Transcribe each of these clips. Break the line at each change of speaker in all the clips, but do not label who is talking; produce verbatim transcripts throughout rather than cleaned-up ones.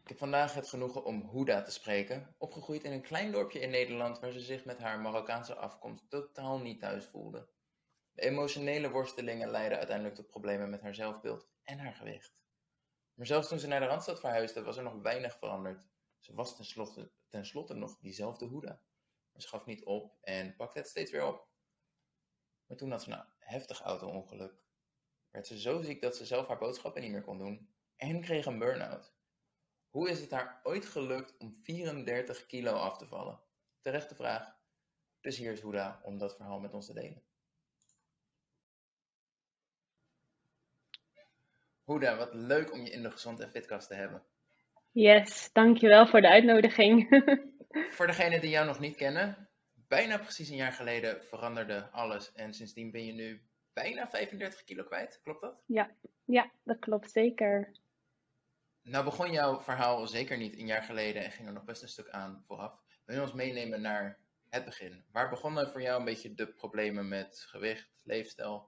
Ik heb vandaag het genoegen om Houda te spreken, opgegroeid in een klein dorpje in Nederland waar ze zich met haar Marokkaanse afkomst totaal niet thuis voelde. De emotionele worstelingen leidden uiteindelijk tot problemen met haar zelfbeeld en haar gewicht. Maar zelfs toen ze naar de Randstad verhuisde, was er nog weinig veranderd. Ze was tenslotte, tenslotte nog diezelfde Houda. Maar ze gaf niet op en pakte het steeds weer op. Maar toen had ze een heftig auto-ongeluk. Werd ze zo ziek dat ze zelf haar boodschappen niet meer kon doen en kreeg een burn-out. Hoe is het haar ooit gelukt om vierendertig kilo af te vallen? Terechte vraag. Dus hier is Houda om dat verhaal met ons te delen. Houda, wat leuk om je in de Gezond en Fitkast te hebben.
Yes, dankjewel voor de uitnodiging.
Voor degenen die jou nog niet kennen, bijna precies een jaar geleden veranderde alles en sindsdien ben je nu bijna vijfendertig kilo kwijt, klopt dat?
Ja, ja, dat klopt zeker.
Nou begon jouw verhaal zeker niet een jaar geleden en ging er nog best een stuk aan vooraf. Wil je ons meenemen naar het begin? Waar begonnen voor jou een beetje de problemen met gewicht, leefstijl?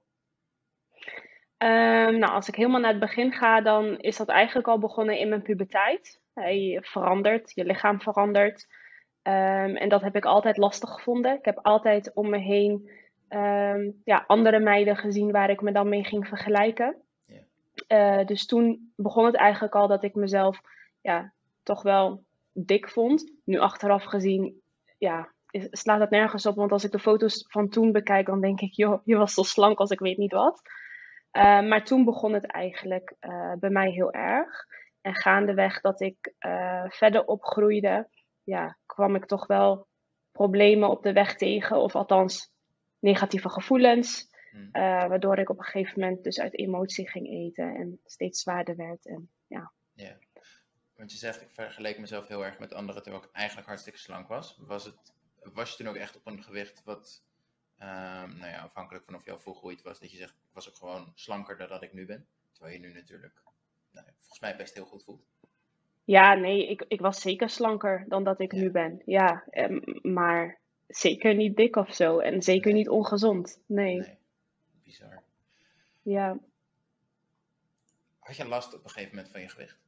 Ehm, nou, als ik helemaal naar het begin ga, dan is dat eigenlijk al begonnen in mijn puberteit. Eh, Je verandert, je lichaam verandert. Ehm, en dat heb ik altijd lastig gevonden. Ik heb altijd om me heen ehm, ja, andere meiden gezien waar ik me dan mee ging vergelijken.
Ja.
Eh, dus toen begon het eigenlijk al dat ik mezelf ja, toch wel dik vond. Nu achteraf gezien, ja, is- slaat het nergens op. Want als ik de foto's van toen bekijk, dan denk ik, joh, je was zo slank als ik weet niet wat. Eh, maar toen begon het eigenlijk eh, bij mij heel erg. En gaandeweg dat ik eh, verder opgroeide, ja, kwam ik toch wel problemen op de weg tegen. Of althans, negatieve gevoelens.
Hm.
Uh, waardoor ik op een gegeven moment dus uit emotie ging eten en steeds zwaarder werd. En, ja.
Ja, want je zegt ik vergeleek mezelf heel erg met anderen terwijl ik eigenlijk hartstikke slank was. Was, het, was je toen ook echt op een gewicht wat, um, nou ja, afhankelijk van of je al volgroeid was, dat je zegt ik was ook gewoon slanker dan dat ik nu ben? Terwijl je nu natuurlijk, nou, volgens mij best heel goed voelt.
Ja, nee, ik, ik was zeker slanker dan dat ik
Ja.
nu ben. Ja, um, maar zeker niet dik of zo. En zeker
Nee.
niet ongezond. Nee.
Nee, bizar.
Ja.
Had je last op een gegeven moment van je gewicht?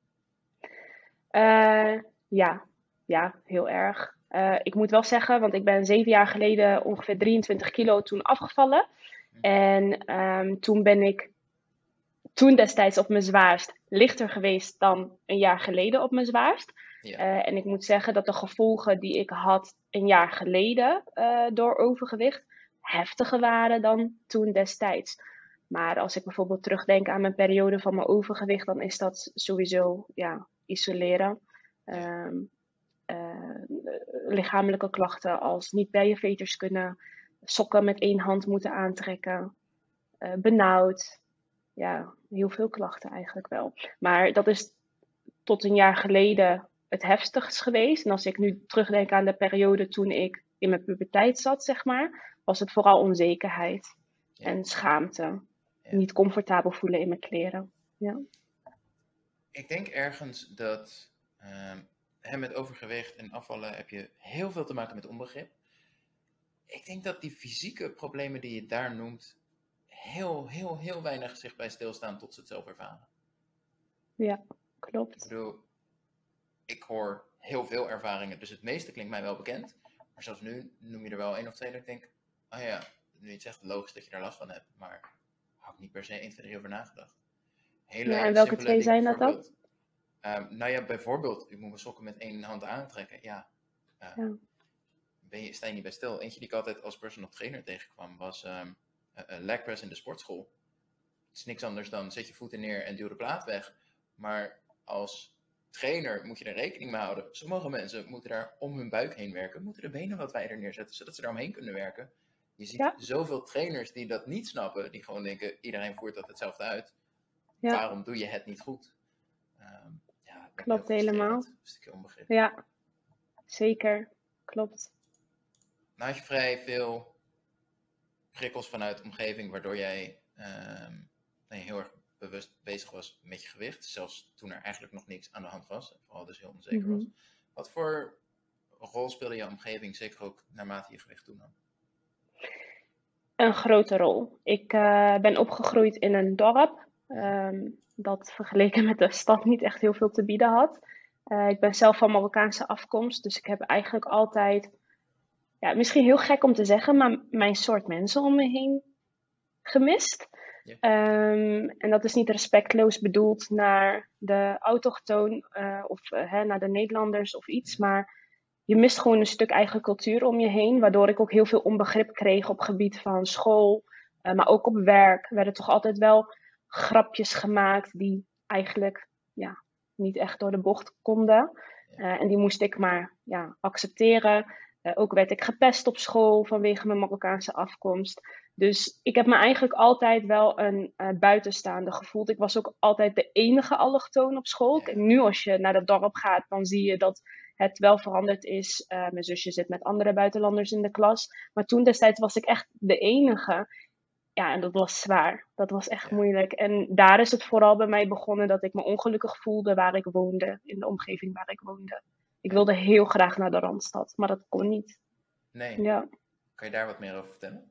Uh, ja, ja, heel erg. Uh, ik moet wel zeggen, want ik ben zeven jaar geleden ongeveer drieëntwintig kilo toen afgevallen.
Hm.
En um, toen ben ik toen destijds op mijn zwaarst lichter geweest dan een jaar geleden op mijn zwaarst.
Ja.
Uh, en ik moet zeggen dat de gevolgen die ik had een jaar geleden uh, door overgewicht heftiger waren dan toen destijds. Maar als ik bijvoorbeeld terugdenk aan mijn periode van mijn overgewicht, dan is dat sowieso ja, isoleren.
Ja.
Um, uh, lichamelijke klachten als niet bij je veters kunnen, sokken met één hand moeten aantrekken, uh, benauwd. Ja, heel veel klachten eigenlijk wel. Maar dat is tot een jaar geleden het heftigst geweest. En als ik nu terugdenk aan de periode toen ik in mijn puberteit zat, zeg maar, was het vooral onzekerheid
Ja.
en schaamte.
Ja.
Niet comfortabel voelen in mijn kleren. Ja.
Ik denk ergens dat uh, met overgewicht en afvallen heb je heel veel te maken met onbegrip. Ik denk dat die fysieke problemen die je daar noemt, heel, heel, heel weinig zich bij stilstaan tot ze het zelf ervaren.
Ja, klopt.
Ik bedoel, ik hoor heel veel ervaringen, dus het meeste klinkt mij wel bekend. Maar zelfs nu noem je er wel één of twee dat ik denk, oh ja, nu je het zegt, logisch dat je daar last van hebt. Maar had ik niet per se één, twee, drie over nagedacht. Hele
Ja, en welke
simpele
twee
dingen,
zijn dat dan?
Um, nou ja, bijvoorbeeld, ik moet mijn sokken met één hand aantrekken. Ja, uh,
Ja.
Ben je, sta je niet bij stil. Eentje die ik altijd als personal trainer tegenkwam was um, uh, uh, leg press in de sportschool. Het is niks anders dan zet je voeten neer en duw de plaat weg. Maar als trainer moet je er rekening mee houden. Sommige mensen moeten daar om hun buik heen werken. Moeten de benen wat wijder neerzetten, zodat ze er omheen kunnen werken. Je ziet
Ja.
zoveel trainers die dat niet snappen. Die gewoon denken, iedereen voert dat hetzelfde uit.
Ja.
Waarom doe je het niet goed? Um, ja,
klopt helemaal.
Een stukje onbegrip.
Ja, zeker. Klopt.
Nou had je vrij veel prikkels vanuit de omgeving, waardoor jij um, nee, heel erg bewust bezig was met je gewicht. Zelfs toen er eigenlijk nog niks aan de hand was. Vooral dus heel onzeker
Mm-hmm.
was. Wat voor rol speelde je omgeving, zeker ook naarmate je gewicht toenam?
Een grote rol. Ik uh, ben opgegroeid in een dorp. Um, dat vergeleken met de stad niet echt heel veel te bieden had. Uh, ik ben zelf van Marokkaanse afkomst, dus ik heb eigenlijk altijd, ja, misschien heel gek om te zeggen, maar mijn soort mensen om me heen gemist.
Yeah.
Um, en dat is niet respectloos bedoeld naar de autochtoon uh, of uh, hè, naar de Nederlanders of iets, maar je mist gewoon een stuk eigen cultuur om je heen, waardoor ik ook heel veel onbegrip kreeg op gebied van school, uh, maar ook op werk. Er werden toch altijd wel grapjes gemaakt die eigenlijk ja, niet echt door de bocht konden. Uh, en die moest ik maar ja, accepteren. Uh, ook werd ik gepest op school vanwege mijn Marokkaanse afkomst. Dus ik heb me eigenlijk altijd wel een uh, buitenstaande gevoeld. Ik was ook altijd de enige allochtoon op school.
Yeah.
En nu als je naar dat dorp gaat, dan zie je dat het wel veranderd is. Uh, mijn zusje zit met andere buitenlanders in de klas. Maar toen destijds was ik echt de enige. Ja, en dat was zwaar. Dat was echt
Yeah.
moeilijk. En daar is het vooral bij mij begonnen dat ik me ongelukkig voelde waar ik woonde. In de omgeving waar ik woonde. Ik wilde heel graag naar de Randstad, maar dat kon niet.
Nee.
Ja.
Kan je daar wat meer over vertellen?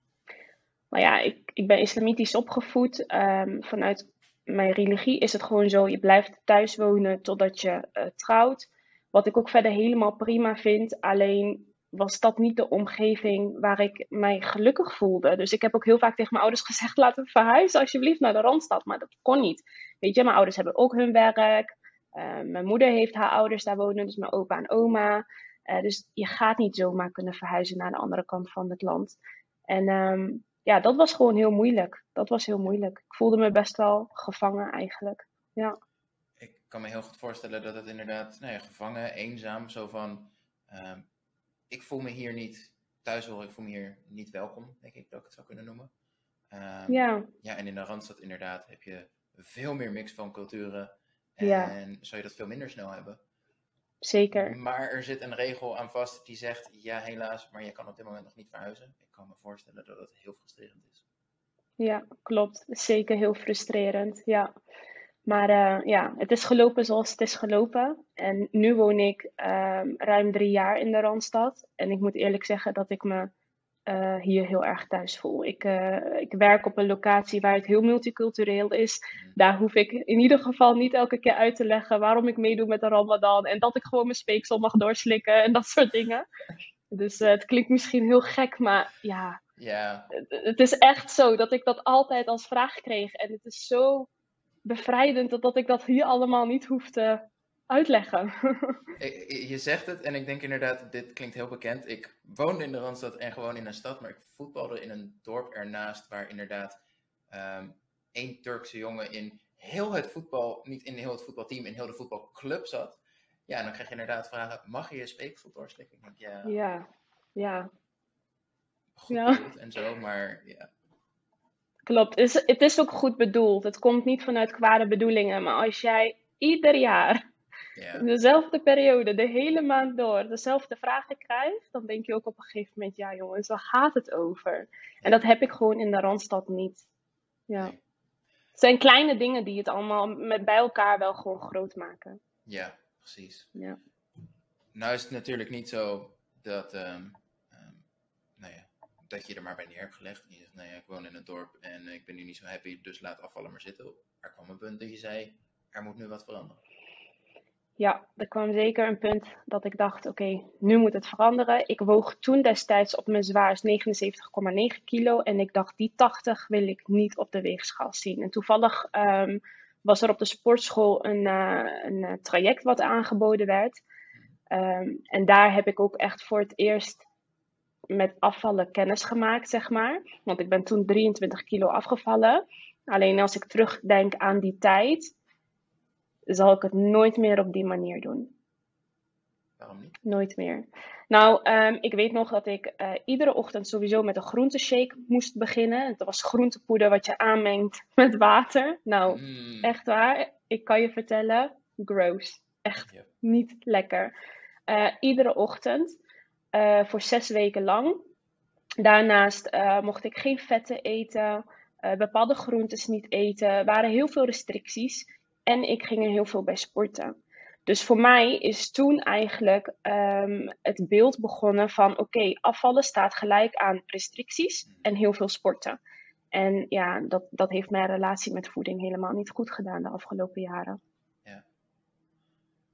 Nou ja, ik, ik ben islamitisch opgevoed. Um, vanuit mijn religie is het gewoon zo, je blijft thuis wonen totdat je uh, trouwt. Wat ik ook verder helemaal prima vind. Alleen was dat niet de omgeving waar ik mij gelukkig voelde. Dus ik heb ook heel vaak tegen mijn ouders gezegd, laten we verhuizen alsjeblieft naar de Randstad. Maar dat kon niet. Weet je, mijn ouders hebben ook hun werk. Uh, mijn moeder heeft haar ouders daar wonen, dus mijn opa en oma. Uh, dus je gaat niet zomaar kunnen verhuizen naar de andere kant van het land. En um, ja, dat was gewoon heel moeilijk. Dat was heel moeilijk. Ik voelde me best wel gevangen eigenlijk. Ja.
Ik kan me heel goed voorstellen dat het inderdaad, nou ja, gevangen, eenzaam, zo van, uh, ik voel me hier niet thuis horen, ik voel me hier niet welkom, denk ik dat ik het zou kunnen noemen. Uh,
ja.
Ja, en in de Randstad inderdaad heb je veel meer mix van culturen en
ja.
zou je dat veel minder snel hebben.
Zeker.
Maar er zit een regel aan vast die zegt, ja helaas, maar je kan op dit moment nog niet verhuizen. Ik kan me voorstellen dat dat heel frustrerend is.
Ja, klopt. Zeker heel frustrerend, ja. Maar uh, ja, het is gelopen zoals het is gelopen. En nu woon ik um, ruim drie jaar in de Randstad. En ik moet eerlijk zeggen dat ik me uh, hier heel erg thuis voel. Ik, uh, ik werk op een locatie waar het heel multicultureel is. Mm. Daar hoef ik in ieder geval niet elke keer uit te leggen waarom ik meedoe met de Ramadan. En dat ik gewoon mijn speeksel mag doorslikken en dat soort dingen. Dus uh, het klinkt misschien heel gek, maar ja...
Ja.
Het, het is echt zo dat ik dat altijd als vraag kreeg. En het is zo bevrijdend dat, dat ik dat hier allemaal niet hoef te uitleggen.
Je zegt het en ik denk inderdaad, dit klinkt heel bekend. Ik woonde in de Randstad en gewoon in een stad, maar ik voetbalde in een dorp ernaast waar inderdaad um, één Turkse jongen in heel het voetbal, niet in heel het voetbalteam, in heel de voetbalclub zat. Ja, en dan krijg je inderdaad vragen, mag je je speeksel doorslikken? Ik denk, ja,
ja, ja.
goed
ja.
bedoeld en zo, maar ja.
Klopt, het is, het is ook goed bedoeld. Het komt niet vanuit kwade bedoelingen, maar als jij ieder jaar,
ja.
in dezelfde periode, de hele maand door, dezelfde vragen krijgt, dan denk je ook op een gegeven moment, ja jongens, waar gaat het over? Ja. En dat heb ik gewoon in de Randstad niet. Ja. Nee. Het zijn kleine dingen die het allemaal met bij elkaar wel gewoon groot maken.
Ja, precies.
Ja.
Nou is het natuurlijk niet zo dat, um, um, nou ja, dat je er maar bij neer hebt gelegd. En je zegt, nou ja, ik woon in een dorp en ik ben nu niet zo happy, dus laat afvallen maar zitten. Er kwam een punt dat je zei, er moet nu wat veranderen.
Ja, er kwam zeker een punt dat ik dacht, oké, okay, nu moet het veranderen. Ik woog toen destijds op mijn zwaarst negenenzeventig komma negen kilo. En ik dacht, die tachtig wil ik niet op de weegschaal zien. En toevallig um, was er op de sportschool een, uh, een uh, traject wat aangeboden werd. Um, en daar heb ik ook echt voor het eerst met afvallen kennis gemaakt, zeg maar. Want ik ben toen drieëntwintig kilo afgevallen. Alleen als ik terugdenk aan die tijd, zal ik het nooit meer op die manier doen.
Waarom niet?
Nooit meer. Nou, um, ik weet nog dat ik uh, iedere ochtend sowieso met een groenteshake moest beginnen. Dat was groentepoeder wat je aanmengt met water. Nou, mm. echt waar. Ik kan je vertellen, gross. Echt yep. niet lekker. Uh, iedere ochtend. Uh, voor zes weken lang. Daarnaast uh, mocht ik geen vetten eten. Uh, bepaalde groentes niet eten. Er waren heel veel restricties. En ik ging er heel veel bij sporten. Dus voor mij is toen eigenlijk um, het beeld begonnen van oké, okay, afvallen staat gelijk aan restricties en heel veel sporten. En ja, dat, dat heeft mijn relatie met voeding helemaal niet goed gedaan de afgelopen jaren.
Ja.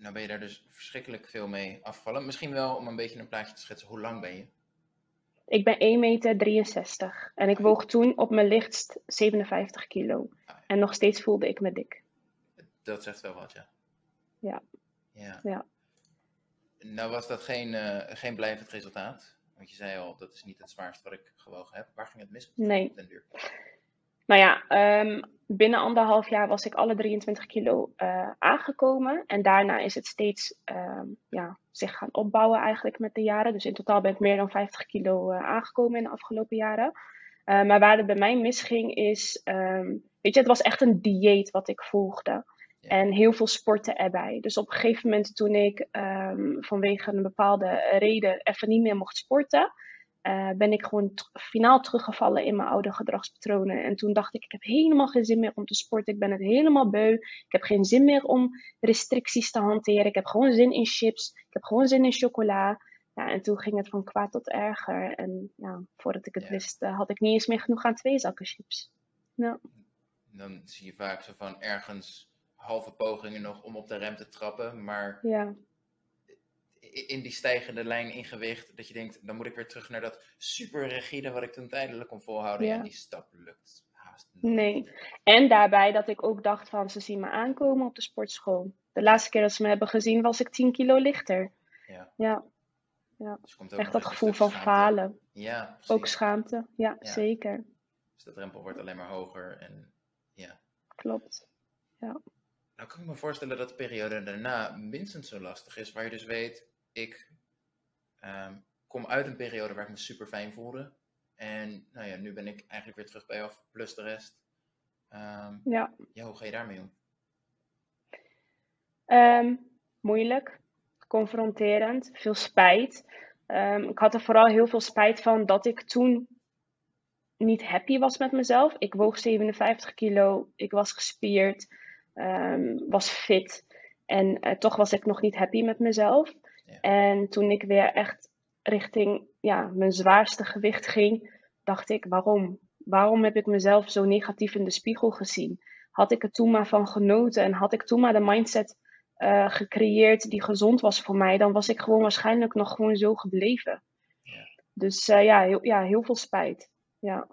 nou ben je daar dus verschrikkelijk veel mee afgevallen. Misschien wel om een beetje een plaatje te schetsen. Hoe lang ben je?
Ik ben één meter drieënzestig en ik
Ah,
woog toen op mijn lichtst zevenenvijftig kilo.
ah,
En nog steeds voelde ik me dik.
dat zegt wel wat, ja.
Ja,
Ja.
ja.
Nou was dat geen, uh, geen blijvend resultaat. Want je zei al, dat is niet het zwaarst wat ik gewogen heb. Waar ging het mis?
Nee.
Den duur.
Nou ja, um, binnen anderhalf jaar was ik alle drieëntwintig kilo uh, aangekomen. En daarna is het steeds um, ja, zich gaan opbouwen eigenlijk met de jaren. Dus in totaal ben ik meer dan vijftig kilo uh, aangekomen in de afgelopen jaren. Uh, maar waar het bij mij misging is, um, weet je, het was echt een dieet wat ik volgde. Ja. En heel veel sporten erbij. Dus op een gegeven moment toen ik um, vanwege een bepaalde reden even niet meer mocht sporten... Uh, ben ik gewoon t- finaal teruggevallen in mijn oude gedragspatronen. En toen dacht ik, ik heb helemaal geen zin meer om te sporten. Ik ben het helemaal beu. Ik heb geen zin meer om restricties te hanteren. Ik heb gewoon zin in chips. Ik heb gewoon zin in chocola. Ja, en toen ging het van kwaad tot erger. En ja, voordat ik het
Ja.
wist, uh, had ik niet eens meer genoeg aan twee zakken chips. Ja.
Dan zie je vaak zo van ergens halve pogingen nog om op de rem te trappen. Maar
Ja.
in die stijgende lijn in gewicht, dat je denkt, dan moet ik weer terug naar dat super rigide wat ik toen tijdelijk kon volhouden.
Ja.
En die stap lukt haast nooit.
Nee. En daarbij dat ik ook dacht van, ze zien me aankomen op de sportschool. De laatste keer dat ze me hebben gezien, was ik tien kilo lichter.
Ja.
Ja. Ja.
Dus komt ook
echt
nog
dat
eens
gevoel
een
van
stuk schaamte.
falen.
Ja, precies.
Ook schaamte, ja,
Ja.
zeker.
Dus de drempel wordt alleen maar hoger. En ja.
Klopt. Ja.
Nou kan ik me voorstellen dat de periode daarna minstens zo lastig is. Waar je dus weet, ik um, kom uit een periode waar ik me super fijn voelde. En nou ja, nu ben ik eigenlijk weer terug bij af, plus de rest. Um,
ja.
ja, hoe ga je daarmee om?
Um, moeilijk, confronterend, veel spijt. Um, ik had er vooral heel veel spijt van dat ik toen niet happy was met mezelf. Ik woog zevenenvijftig kilo, ik was gespierd, um, was fit. En uh, toch was ik nog niet happy met mezelf. Ja. En toen ik weer echt richting ja, mijn zwaarste gewicht ging, dacht ik, waarom? Waarom heb ik mezelf zo negatief in de spiegel gezien? Had ik er toen maar van genoten en had ik toen maar de mindset uh, gecreëerd die gezond was voor mij, dan was ik gewoon waarschijnlijk nog gewoon zo gebleven.
Ja.
Dus uh, ja, heel, ja, heel veel spijt. Ja.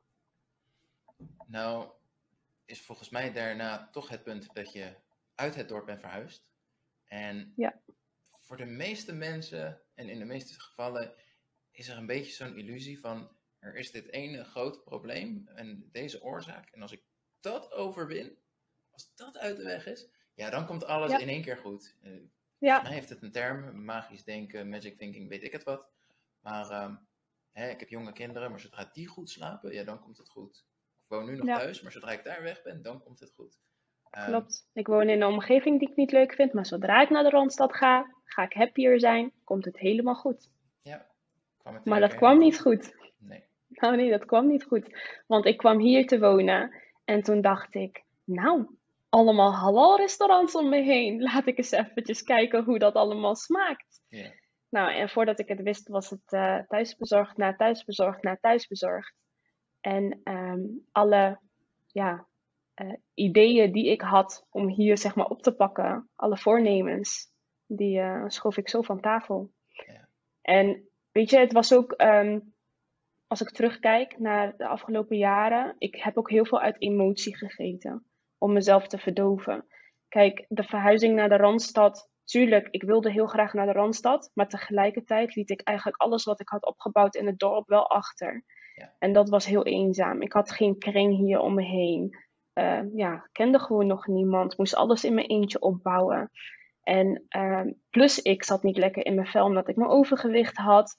Nou, is volgens mij daarna toch het punt dat je uit het dorp bent verhuisd. En
ja.
voor de meeste mensen, en in de meeste gevallen, is er een beetje zo'n illusie van, er is dit ene grote probleem en deze oorzaak. En als ik dat overwin, als dat uit de weg is, ja, dan komt alles ja. in één keer goed. Uh, ja. Volgens mij heeft het een term, magisch denken, magic thinking, weet ik het wat. Maar um, hè, ik heb jonge kinderen, maar zodra die goed slapen, ja, dan komt het goed. Ik woon nu nog ja. thuis, maar zodra ik daar weg ben, dan komt het goed.
Um, Klopt. Ik woon in een omgeving die ik niet leuk vind, maar zodra ik naar de Randstad ga, ga ik happier zijn, komt het helemaal goed.
Ja. Kwam het
maar dat kwam niet goed.
Nee.
Nou nee, dat kwam niet goed. Want ik kwam hier te wonen en toen dacht ik, nou, allemaal halal restaurants om me heen. Laat ik eens eventjes kijken hoe dat allemaal smaakt.
Yeah.
Nou, en voordat ik het wist was het uh, thuisbezorgd na thuisbezorgd na thuisbezorgd. En um, alle ja, uh, ideeën die ik had om hier zeg maar op te pakken, alle voornemens, die uh, schoof ik zo van tafel.
Yeah.
En weet je, het was ook, um, als ik terugkijk naar de afgelopen jaren, ik heb ook heel veel uit emotie gegeten om mezelf te verdoven. Kijk, de verhuizing naar de Randstad, tuurlijk, ik wilde heel graag naar de Randstad, maar tegelijkertijd liet ik eigenlijk alles wat ik had opgebouwd in het dorp wel achter. Ja. En dat was heel eenzaam. Ik had geen kring hier om me heen. Uh, ja, kende gewoon nog niemand. Moest alles in mijn eentje opbouwen. En uh, plus ik zat niet lekker in mijn vel omdat ik mijn overgewicht had.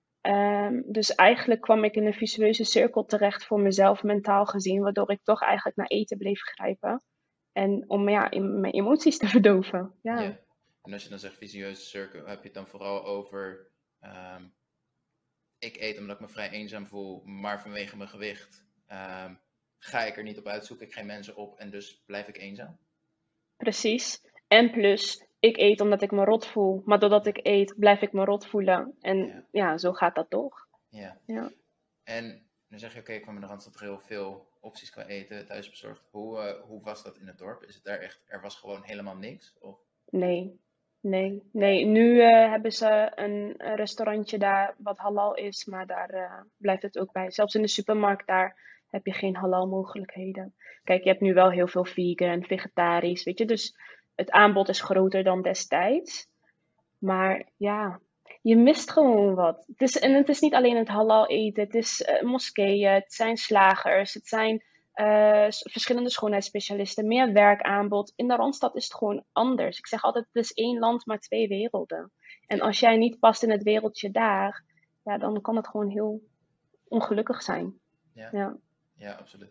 Um, dus eigenlijk kwam ik in een vicieuze cirkel terecht voor mezelf mentaal gezien, waardoor ik toch eigenlijk naar eten bleef grijpen. En om ja, in mijn emoties te verdoven. Ja.
Ja. En als je dan zegt vicieuze cirkel, heb je het dan vooral over, um, ik eet omdat ik me vrij eenzaam voel, maar vanwege mijn gewicht um, ga ik er niet op uit, zoek ik geen mensen op en dus blijf ik eenzaam?
Precies. En plus, ik eet omdat ik me rot voel. Maar doordat ik eet, blijf ik me rot voelen. En ja, ja zo gaat dat toch.
Ja.
ja.
En dan zeg je, oké, okay, ik kwam in de Randstad er heel veel opties qua eten, thuisbezorgd. Hoe, uh, hoe was dat in het dorp? Is het daar echt, er was gewoon helemaal niks? Of?
Nee. Nee, nee. Nu eh, hebben ze een, een restaurantje daar wat halal is, maar daar eh, blijft het ook bij. Zelfs in de supermarkt daar heb je geen halal mogelijkheden. Kijk, je hebt nu wel heel veel vegan, vegetarisch, weet je. Dus het aanbod is groter dan destijds. Maar ja, je mist gewoon wat. Het is, en het
Ja,
is niet alleen het halal eten. Het is eh, moskeeën, het zijn slagers, het zijn eh, s- verschillende schoonheidsspecialisten, meer werkaanbod. In de Randstad is het gewoon anders. Ik zeg altijd, het is één land, maar twee werelden. En
ja,
als jij niet past in het wereldje daar, ja, dan kan het gewoon heel ongelukkig zijn.
ja,
Ja.
ja, absoluut.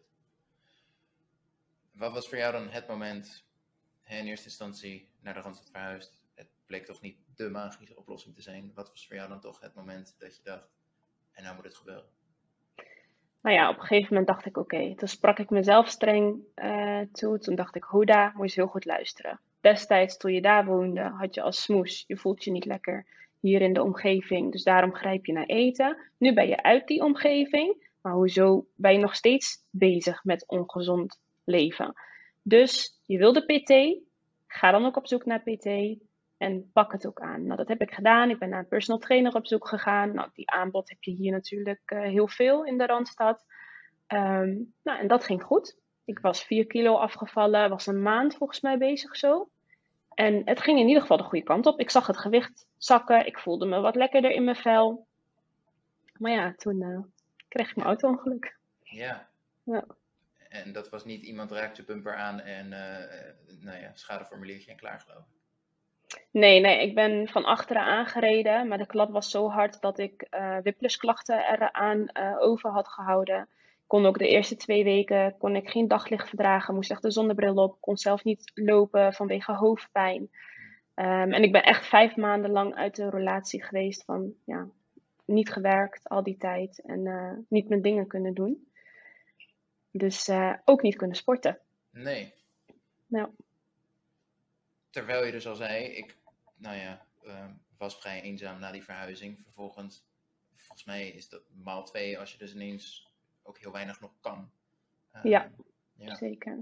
Wat was voor jou dan het moment, hè, in eerste instantie naar de Randstad verhuisd? Het bleek toch niet de magische oplossing te zijn. Wat was voor jou dan toch het moment dat je dacht, en nou moet het gebeuren?
Nou ja, op een gegeven moment dacht ik, oké, toen sprak ik mezelf streng eh, toe. Toen dacht ik, Huda, moet je eens heel goed luisteren. Destijds, toen je daar woonde, had je als smoes, je voelt je niet lekker hier in de omgeving. Dus daarom grijp je naar eten. Nu ben je uit die omgeving, maar hoezo ben je nog steeds bezig met ongezond leven? Dus je wilde P T, ga dan ook op zoek naar P T en pak het ook aan. Nou, dat heb ik gedaan. Ik ben naar een personal trainer op zoek gegaan. Nou, die aanbod heb je hier natuurlijk uh, heel veel in de Randstad. Um, nou, en dat ging goed. Ik was vier kilo afgevallen, was een maand volgens mij bezig zo. En het ging in ieder geval de goede kant op. Ik zag het gewicht zakken. Ik voelde me wat lekkerder in mijn vel. Maar ja, toen uh, kreeg ik mijn
Ja,
auto-ongeluk.
ja.
Ja.
En dat was niet iemand raakt je bumper aan en uh, nou ja, schadeformuliertje en klaar geloof ik.
Nee, nee, ik ben van achteren aangereden, maar de klap was zo hard dat ik uh, whiplashklachten eraan uh, over had gehouden. Kon ook de eerste twee weken kon ik geen daglicht verdragen, moest echt de zonnebril op, kon zelf niet lopen vanwege hoofdpijn. Um, en ik ben echt vijf maanden lang uit de relatie geweest van ja, niet gewerkt al die tijd en uh, niet mijn dingen kunnen doen. Dus uh, ook niet kunnen sporten.
Nee.
Nou.
Terwijl je dus al zei, ik nou ja, uh, was vrij eenzaam na die verhuizing. Vervolgens, volgens mij is dat maal twee als je dus ineens ook heel weinig nog kan.
Uh, ja, ja, zeker.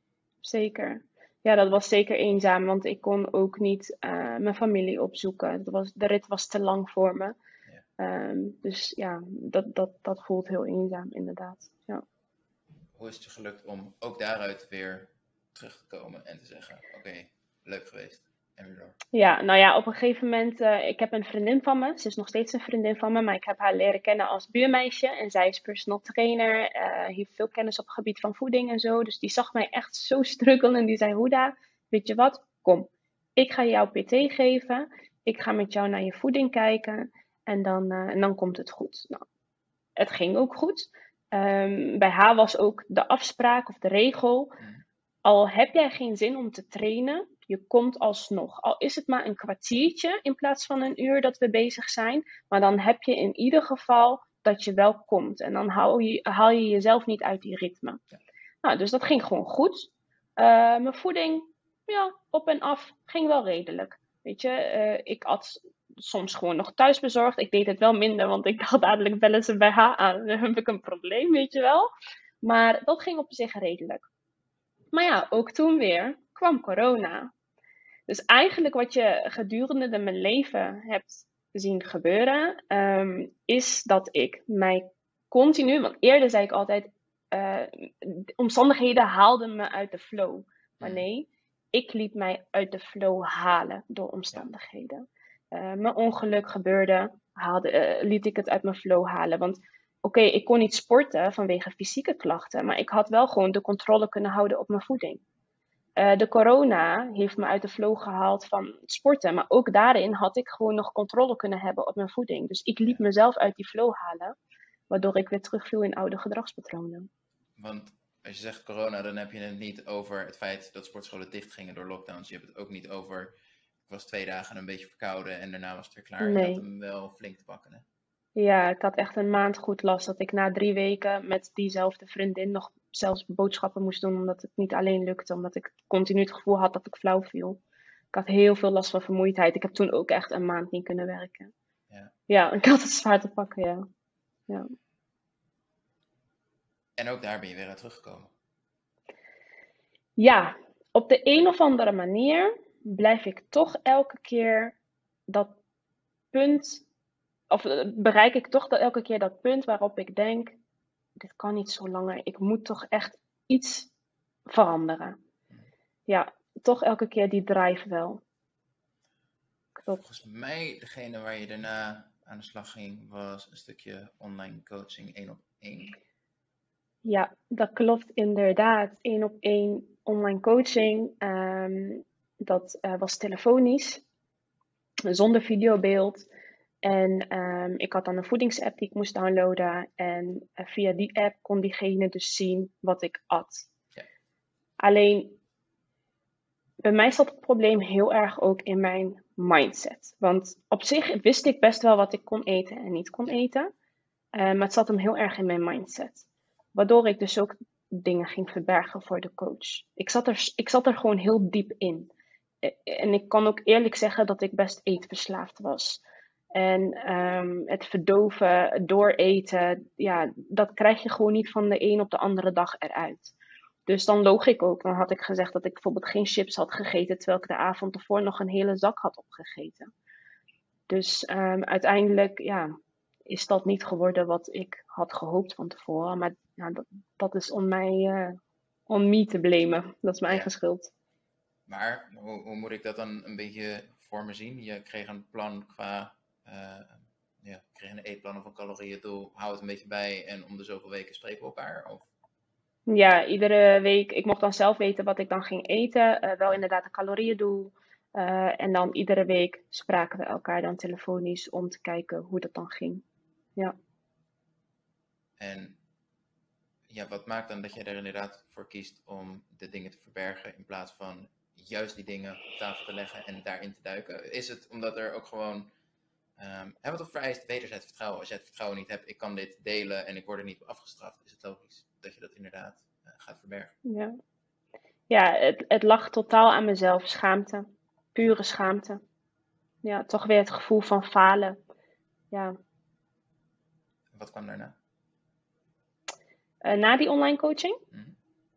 Zeker. Ja, dat was zeker eenzaam, want ik kon ook niet uh, mijn familie opzoeken. Dat was, de rit was te lang voor me. Ja. Um, dus ja, dat, dat, dat voelt heel eenzaam, inderdaad. Ja.
Hoe is het je gelukt om ook daaruit weer terug te komen en te zeggen, oké, okay, leuk geweest en weer door?
Ja, nou ja, op een gegeven moment, uh, ik heb een vriendin van me. Ze is nog steeds een vriendin van me, maar ik heb haar leren kennen als buurmeisje. En zij is personal trainer, uh, heeft veel kennis op het gebied van voeding en zo. Dus die zag mij echt zo struggelen en die zei, Huda, weet je wat, kom. Ik ga jou P T geven, ik ga met jou naar je voeding kijken en dan, uh, en dan komt het goed. Nou, het ging ook goed. Um, bij haar was ook de afspraak of de regel, mm. al heb jij geen zin om te trainen, je komt alsnog. Al is het maar een kwartiertje in plaats van een uur dat we bezig zijn. Maar dan heb je in ieder geval dat je wel komt. En dan haal je, haal je jezelf niet uit die ritme. Ja. Nou, dus dat ging gewoon goed. Uh, mijn voeding, ja, op en af, ging wel redelijk. Weet je, uh, ik at soms gewoon nog thuis bezorgd. Ik deed het wel minder, want ik dacht dadelijk bellen ze bij haar aan. Dan heb ik een probleem, weet je wel. Maar dat ging op zich redelijk. Maar ja, ook toen weer kwam corona. Dus eigenlijk wat je gedurende mijn leven hebt zien gebeuren, um, is dat ik mij continu, want eerder zei ik altijd, uh, omstandigheden haalden me uit de flow. Maar nee, ik liet mij uit de flow halen door omstandigheden. Uh, mijn ongeluk gebeurde, haalde, uh, liet ik het uit mijn flow halen. Want oké, okay, ik kon niet sporten vanwege fysieke klachten, maar ik had wel gewoon de controle kunnen houden op mijn voeding. Uh, de corona heeft me uit de flow gehaald van sporten. Maar ook daarin had ik gewoon nog controle kunnen hebben op mijn voeding. Dus ik liet mezelf uit die flow halen. Waardoor ik weer terugviel in oude gedragspatronen.
Want als je zegt corona, dan heb je het niet over het feit dat sportscholen dicht gingen door lockdowns. Je hebt het ook niet over, ik was twee dagen een beetje verkouden en daarna was het weer klaar. Nee. Je had hem wel flink te pakken, hè?
Ja, ik had echt een maand goed last. Dat ik na drie weken met diezelfde vriendin nog zelfs boodschappen moest doen. Omdat het niet alleen lukte. Omdat ik continu het gevoel had dat ik flauw viel. Ik had heel veel last van vermoeidheid. Ik heb toen ook echt een maand niet kunnen werken. Ja, ja ik had het zwaar te pakken, ja. ja.
En ook daar ben je weer uit teruggekomen?
Ja, op de een of andere manier blijf ik toch elke keer dat punt, of eh, bereik ik toch dat elke keer dat punt waarop ik denk, dit kan niet zo langer. Ik moet toch echt iets veranderen. Ja, toch elke keer die drive wel. Klopt.
Volgens mij, degene waar je daarna aan de slag ging, was een stukje online coaching één op één.
Ja, dat klopt inderdaad. Eén op één online coaching. ehm, dat eh, was telefonisch, zonder videobeeld. En ehm, ik had dan een voedingsapp die ik moest downloaden. En eh, via die app kon diegene dus zien wat ik at.
Ja.
Alleen, bij mij zat het probleem heel erg ook in mijn mindset. Want op zich wist ik best wel wat ik kon eten en niet kon
Ja.
eten. Uh, maar het zat hem heel erg in mijn mindset. Waardoor ik dus ook dingen ging verbergen voor de coach. Ik zat er, ik zat er gewoon heel diep in. En ik kan ook eerlijk zeggen dat ik best eetverslaafd was. En um, het verdoven, dooreten, ja, dat krijg je gewoon niet van de een op de andere dag eruit. Dus dan loog ik ook. Dan had ik gezegd dat ik bijvoorbeeld geen chips had gegeten, terwijl ik de avond ervoor nog een hele zak had opgegeten. Dus um, uiteindelijk, ja, is dat niet geworden wat ik had gehoopt van tevoren. Maar ja, dat, dat is om mij, uh, om me te blamen. Dat is mijn
Ja.
eigen schuld.
Maar hoe, hoe moet ik dat dan een beetje voor me zien? Je kreeg een plan qua, uh, ja, je kreeg een eetplan of een calorieëndoel. Hou het een beetje bij en om de zoveel weken spreken we elkaar? Of?
Ja, iedere week. Ik mocht dan zelf weten wat ik dan ging eten. Uh, wel inderdaad een calorieëndoel. Uh, en dan iedere week spraken we elkaar dan telefonisch om te kijken hoe dat dan ging. Ja.
En ja, wat maakt dan dat je er inderdaad voor kiest om de dingen te verbergen in plaats van juist die dingen op tafel te leggen en daarin te duiken? Is het omdat er ook gewoon, um, het toch vereist wederzijds vertrouwen. Als jij het vertrouwen niet hebt, ik kan dit delen en ik word er niet op afgestraft, is het logisch dat je dat inderdaad uh, gaat verbergen.
Ja, ja het, het lag totaal aan mezelf. Schaamte. Pure schaamte. Ja, toch weer het gevoel van falen. Ja.
Wat kwam daarna?
Uh, na die online coaching?
Mm-hmm.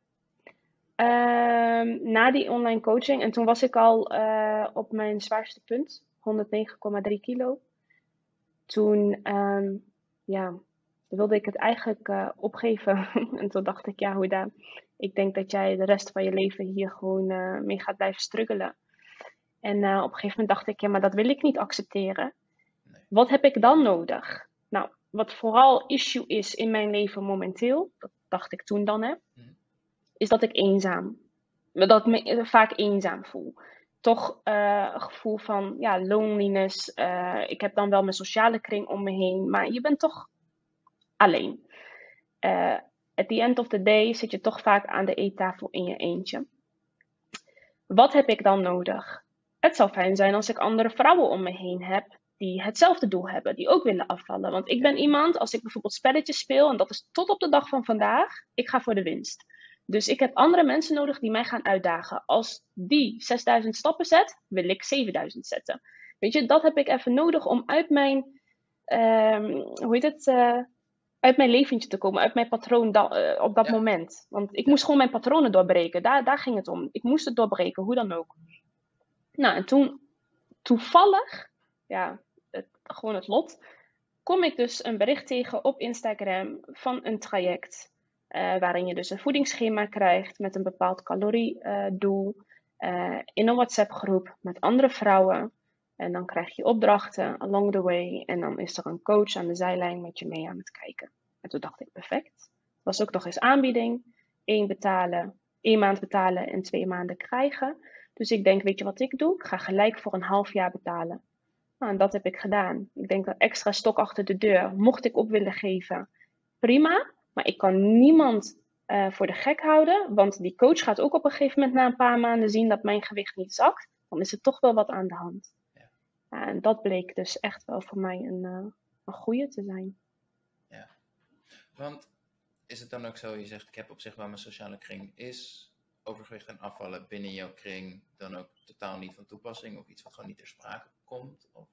Uh, na die online coaching. En toen was ik al uh, op mijn zwaarste punt. honderdnegen komma drie kilo. Toen, um, ja, wilde ik het eigenlijk uh, opgeven. En toen dacht ik, ja, Huda, ik denk dat jij de rest van je leven hier gewoon uh, mee gaat blijven struggelen. En uh, op een gegeven moment dacht ik, ja, maar dat wil ik niet accepteren.
Nee.
Wat heb ik dan nodig? Nou, wat vooral issue is in mijn leven momenteel, dat dacht ik toen dan, hè, mm. is dat ik eenzaam, dat ik me vaak eenzaam voel. Toch uh, een gevoel van, ja, loneliness. Uh, ik heb dan wel mijn sociale kring om me heen, maar je bent toch alleen. Uh, at the end of the day zit je toch vaak aan de eettafel in je eentje. Wat heb ik dan nodig? Het zou fijn zijn als ik andere vrouwen om me heen heb die hetzelfde doel hebben, die ook willen afvallen. Want ik ben iemand, als ik bijvoorbeeld spelletjes speel, en dat is tot op de dag van vandaag, ik ga voor de winst. Dus ik heb andere mensen nodig die mij gaan uitdagen. Als die zesduizend stappen zet, wil ik zevenduizend zetten. Weet je, dat heb ik even nodig om uit mijn, um, hoe heet het, uh, uit mijn leventje te komen, uit mijn patroon da- uh, op dat ja. moment. Want ik moest gewoon mijn patronen doorbreken. Daar, daar ging het om. Ik moest het doorbreken, hoe dan ook. Nou, en toen, toevallig, ja, het, gewoon het lot, kom ik dus een bericht tegen op Instagram van een traject. Uh, waarin je dus een voedingsschema krijgt met een bepaald caloriedoel. Uh, uh, in een WhatsApp groep met andere vrouwen. En dan krijg je opdrachten along the way. En dan is er een coach aan de zijlijn met je mee aan het kijken. En toen dacht ik, perfect. Het was ook nog eens aanbieding. Eén betalen, één maand betalen en twee maanden krijgen. Dus ik denk, weet je wat ik doe? Ik ga gelijk voor een half jaar betalen. Nou, en dat heb ik gedaan. Ik denk dat extra stok achter de deur, mocht ik op willen geven, prima. Maar ik kan niemand uh, voor de gek houden. Want die coach gaat ook op een gegeven moment na een paar maanden zien dat mijn gewicht niet zakt. Dan is er toch wel wat aan de hand. Ja. Ja, en dat bleek dus echt wel voor mij een, uh, een goeie te zijn.
Ja, want is het dan ook zo, je zegt ik heb op zich wel mijn sociale kring. Is overgewicht en afvallen binnen jouw kring dan ook totaal niet van toepassing? Of iets wat gewoon niet ter sprake komt? Of?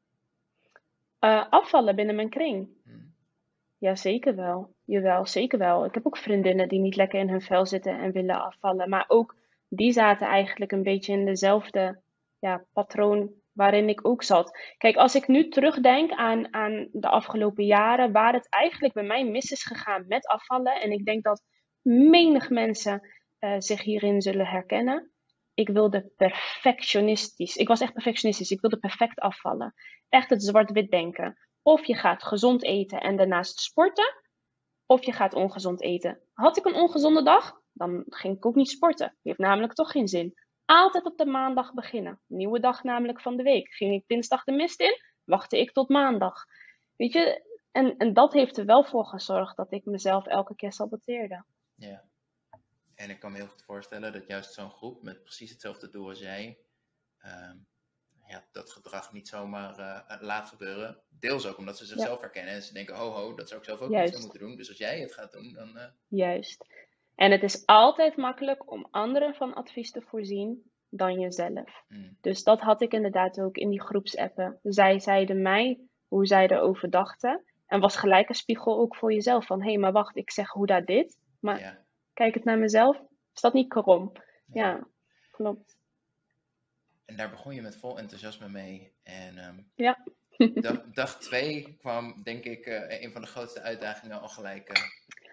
Uh, afvallen binnen mijn kring?
Hmm.
Ja, zeker wel. Jawel, zeker wel. Ik heb ook vriendinnen die niet lekker in hun vel zitten en willen afvallen. Maar ook die zaten eigenlijk een beetje in dezelfde ja, patroon waarin ik ook zat. Kijk, als ik nu terugdenk aan, aan de afgelopen jaren, waar het eigenlijk bij mij mis is gegaan met afvallen, en ik denk dat menig mensen uh, zich hierin zullen herkennen. Ik wilde perfectionistisch. Ik was echt perfectionistisch. Ik wilde perfect afvallen. Echt het zwart-wit denken. Of je gaat gezond eten en daarnaast sporten, of je gaat ongezond eten. Had ik een ongezonde dag, dan ging ik ook niet sporten. Heeft namelijk toch geen zin. Altijd op de maandag beginnen. Nieuwe dag namelijk van de week. Ging ik dinsdag de mist in, wachtte ik tot maandag. Weet je, en, en dat heeft er wel voor gezorgd dat ik mezelf elke keer saboteerde.
Ja. En ik kan me heel goed voorstellen dat juist zo'n groep met precies hetzelfde doel als jij, uh, ja, dat gedrag niet zomaar uh, laat gebeuren. Deels ook omdat ze zichzelf ja. herkennen en ze denken, ho ho, dat zou ik zelf ook Juist. niet zo moeten doen. Dus als jij het gaat doen, dan... Uh...
Juist. En het is altijd makkelijk om anderen van advies te voorzien dan jezelf. Mm. Dus dat had ik inderdaad ook in die groepsappen. Zij zeiden mij hoe zij erover dachten. En was gelijk een spiegel ook voor jezelf. Van, hé, hey, maar wacht, ik zeg hoe dat dit. Maar ja. kijk het naar mezelf, is dat niet krom? Ja, ja klopt.
En daar begon je met vol enthousiasme mee. En um,
ja.
dag, dag twee kwam, denk ik, uh, een van de grootste uitdagingen al gelijk... Uh...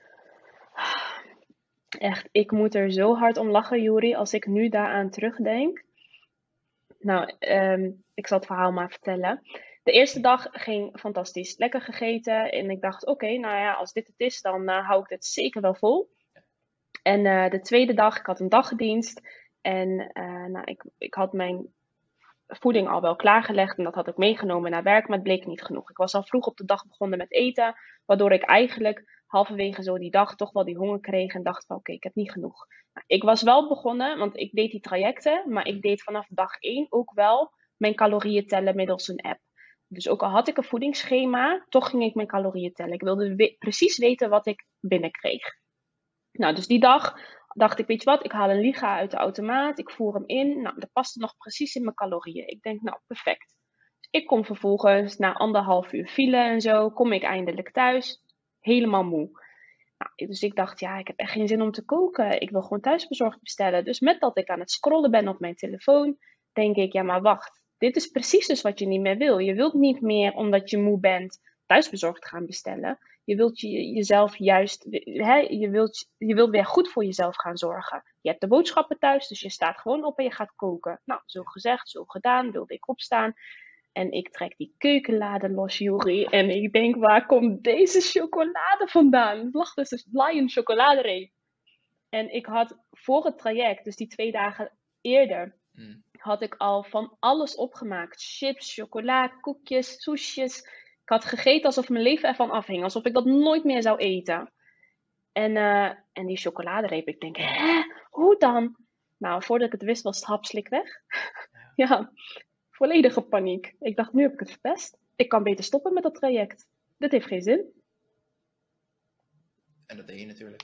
Echt, ik moet er zo hard om lachen, Juri, als ik nu daaraan terugdenk. Nou, um, ik zal het verhaal maar vertellen. De eerste dag ging fantastisch. Lekker gegeten. En ik dacht, oké, okay, nou ja, als dit het is, dan uh, hou ik dit zeker wel vol. En uh, de tweede dag, ik had een dagdienst. En uh, nou, ik, ik had mijn voeding al wel klaargelegd. En dat had ik meegenomen naar werk, maar het bleek niet genoeg. Ik was al vroeg op de dag begonnen met eten. Waardoor ik eigenlijk halverwege zo die dag toch wel die honger kreeg. En dacht van, oké, okay, ik heb niet genoeg. Nou, ik was wel begonnen, want ik deed die trajecten. Maar ik deed vanaf dag één ook wel mijn calorieën tellen middels een app. Dus ook al had ik een voedingsschema, toch ging ik mijn calorieën tellen. Ik wilde we- precies weten wat ik binnenkreeg. Nou, dus die dag dacht ik, weet je wat, ik haal een Liga uit de automaat, ik voer hem in. Nou, dat paste nog precies in mijn calorieën. Ik denk, nou, perfect. Dus ik kom vervolgens, na anderhalf uur file en zo, kom ik eindelijk thuis, helemaal moe. Nou, dus ik dacht, ja, ik heb echt geen zin om te koken. Ik wil gewoon thuisbezorgd bestellen. Dus met dat ik aan het scrollen ben op mijn telefoon, denk ik, ja, maar wacht. Dit is precies dus wat je niet meer wil. Je wilt niet meer, omdat je moe bent, thuisbezorgd gaan bestellen. Je wilt je, jezelf juist, hè, je, wilt, je wilt weer goed voor jezelf gaan zorgen. Je hebt de boodschappen thuis, dus je staat gewoon op en je gaat koken. Nou, zo gezegd, zo gedaan, wilde ik opstaan. En ik trek die keukenlade los, Juri. En ik denk, waar komt deze chocolade vandaan? Het lag dus een Lion chocoladereep. En ik had voor het traject, dus die twee dagen eerder, mm. had ik al van alles opgemaakt. Chips, chocola, koekjes, soesjes. Ik had gegeten alsof mijn leven ervan afhing. Alsof ik dat nooit meer zou eten. En, uh, en die chocoladereep, ik denk, hè? Hoe dan? Nou, voordat ik het wist, was het hapslik weg. Ja, volledige paniek. Ik dacht, nu heb ik het verpest. Ik kan beter stoppen met dat traject. Dit heeft geen zin.
En dat deed je natuurlijk.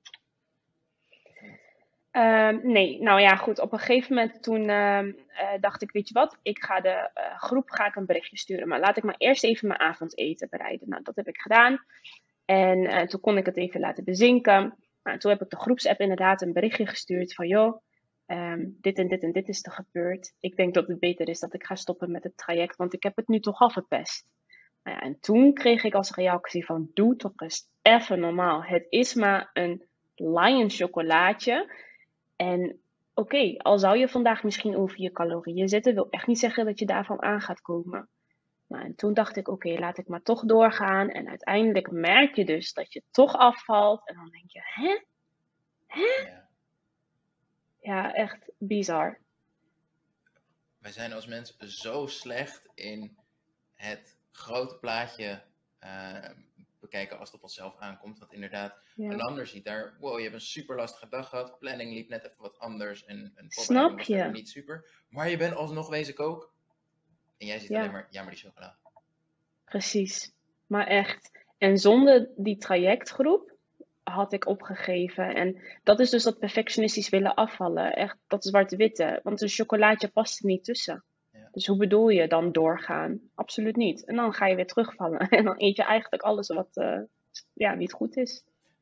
Uh, nee, nou ja, goed. Op een gegeven moment toen uh, uh, dacht ik, weet je wat, ik ga de uh, groep ga ik een berichtje sturen. Maar laat ik maar eerst even mijn avondeten bereiden. Nou, dat heb ik gedaan. En uh, toen kon ik het even laten bezinken. Nou, toen heb ik de groepsapp inderdaad een berichtje gestuurd van, joh, um, dit en dit en dit is er gebeurd. Ik denk dat het beter is dat ik ga stoppen met het traject, want ik heb het nu toch al verpest. Nou ja, en toen kreeg ik als reactie van, doe toch eens even normaal. Het is maar een Lion chocolaatje. En oké, okay, al zou je vandaag misschien over je calorieën zitten, wil echt niet zeggen dat je daarvan aan gaat komen. Nou, en toen dacht ik, oké, okay, laat ik maar toch doorgaan. En uiteindelijk merk je dus dat je toch afvalt. En dan denk je, hè? Hè?
Ja,
ja echt bizar.
Wij zijn als mensen zo slecht in het grote plaatje uh, bekijken als het op onszelf aankomt. Want inderdaad, ja. een ander ziet daar, wow, je hebt een super lastige dag gehad. Planning liep net even wat anders. En een
Snap je?
was niet super. Maar je bent alsnog wezen koken. En jij ziet ja. alleen maar, ja, maar die chocola.
Precies. Maar echt. En zonder die trajectgroep had ik opgegeven. En dat is dus dat perfectionistisch willen afvallen. Echt dat zwart-witte. Want een chocolaatje past er niet tussen. Ja. Dus hoe bedoel je dan doorgaan? Absoluut niet. En dan ga je weer terugvallen. En dan eet je eigenlijk alles wat uh, ja, niet goed is.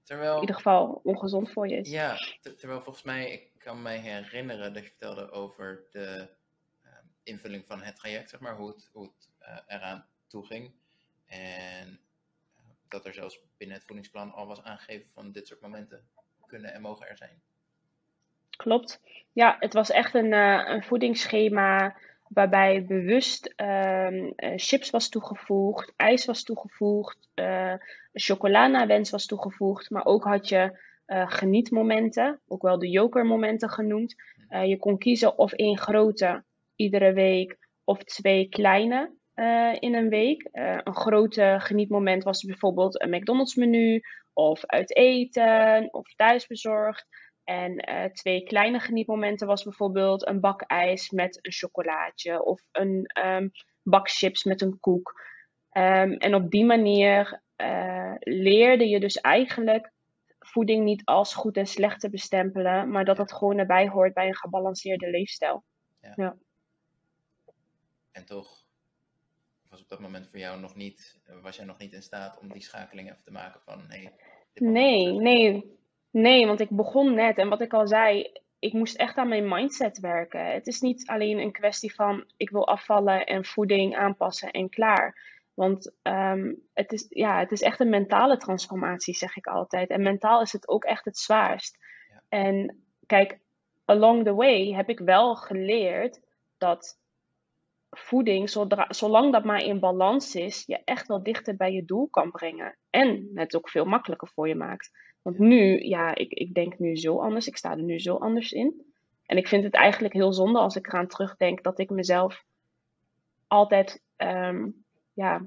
in
Terwijl,
ieder geval ongezond voor je is.
ja, ter- terwijl volgens mij, ik kan mij herinneren dat je vertelde over de eh, invulling van het traject, zeg maar, hoe het, hoe het eh, eraan toe ging. En eh, dat er zelfs binnen het voedingsplan al was aangegeven van dit soort momenten kunnen en mogen er zijn.
Klopt. Ja, het was echt een, eh, een voedingsschema waarbij bewust ehm, eh, chips was toegevoegd, ijs was toegevoegd, eh chocola-wens was toegevoegd, maar ook had je eh, genietmomenten, ook wel de jokermomenten genoemd. Eh, je kon kiezen of één grote iedere week of twee kleine eh, in een week. Eh, een grote genietmoment was bijvoorbeeld een McDonald's menu of uit eten of thuisbezorgd. En eh, twee kleine genietmomenten was bijvoorbeeld een bak ijs met een chocolaatje of een ehm, bak chips met een koek. Ehm, en op die manier eh, leerde je dus eigenlijk voeding niet als goed en slecht te bestempelen, maar dat
Ja.
het gewoon erbij hoort bij een gebalanceerde leefstijl.
Ja.
Ja.
En toch was op dat moment voor jou nog niet, was jij nog niet in staat om die schakeling even te maken van, hey, dit mag
Nee,
wel.
nee, nee, want ik begon net en wat ik al zei, ik moest echt aan mijn mindset werken. Het is niet alleen een kwestie van ik wil afvallen en voeding aanpassen en klaar. Want ehm, het is, ja, het is echt een mentale transformatie, zeg ik altijd. En mentaal is het ook echt het zwaarst.
Ja.
En kijk, along the way heb ik wel geleerd dat voeding, zodra, zolang dat maar in balans is, je echt wel dichter bij je doel kan brengen. En het ook veel makkelijker voor je maakt. Want nu, ja, ik, ik denk nu zo anders. Ik sta er nu zo anders in. En ik vind het eigenlijk heel zonde als ik eraan terugdenk dat ik mezelf altijd ehm, ja,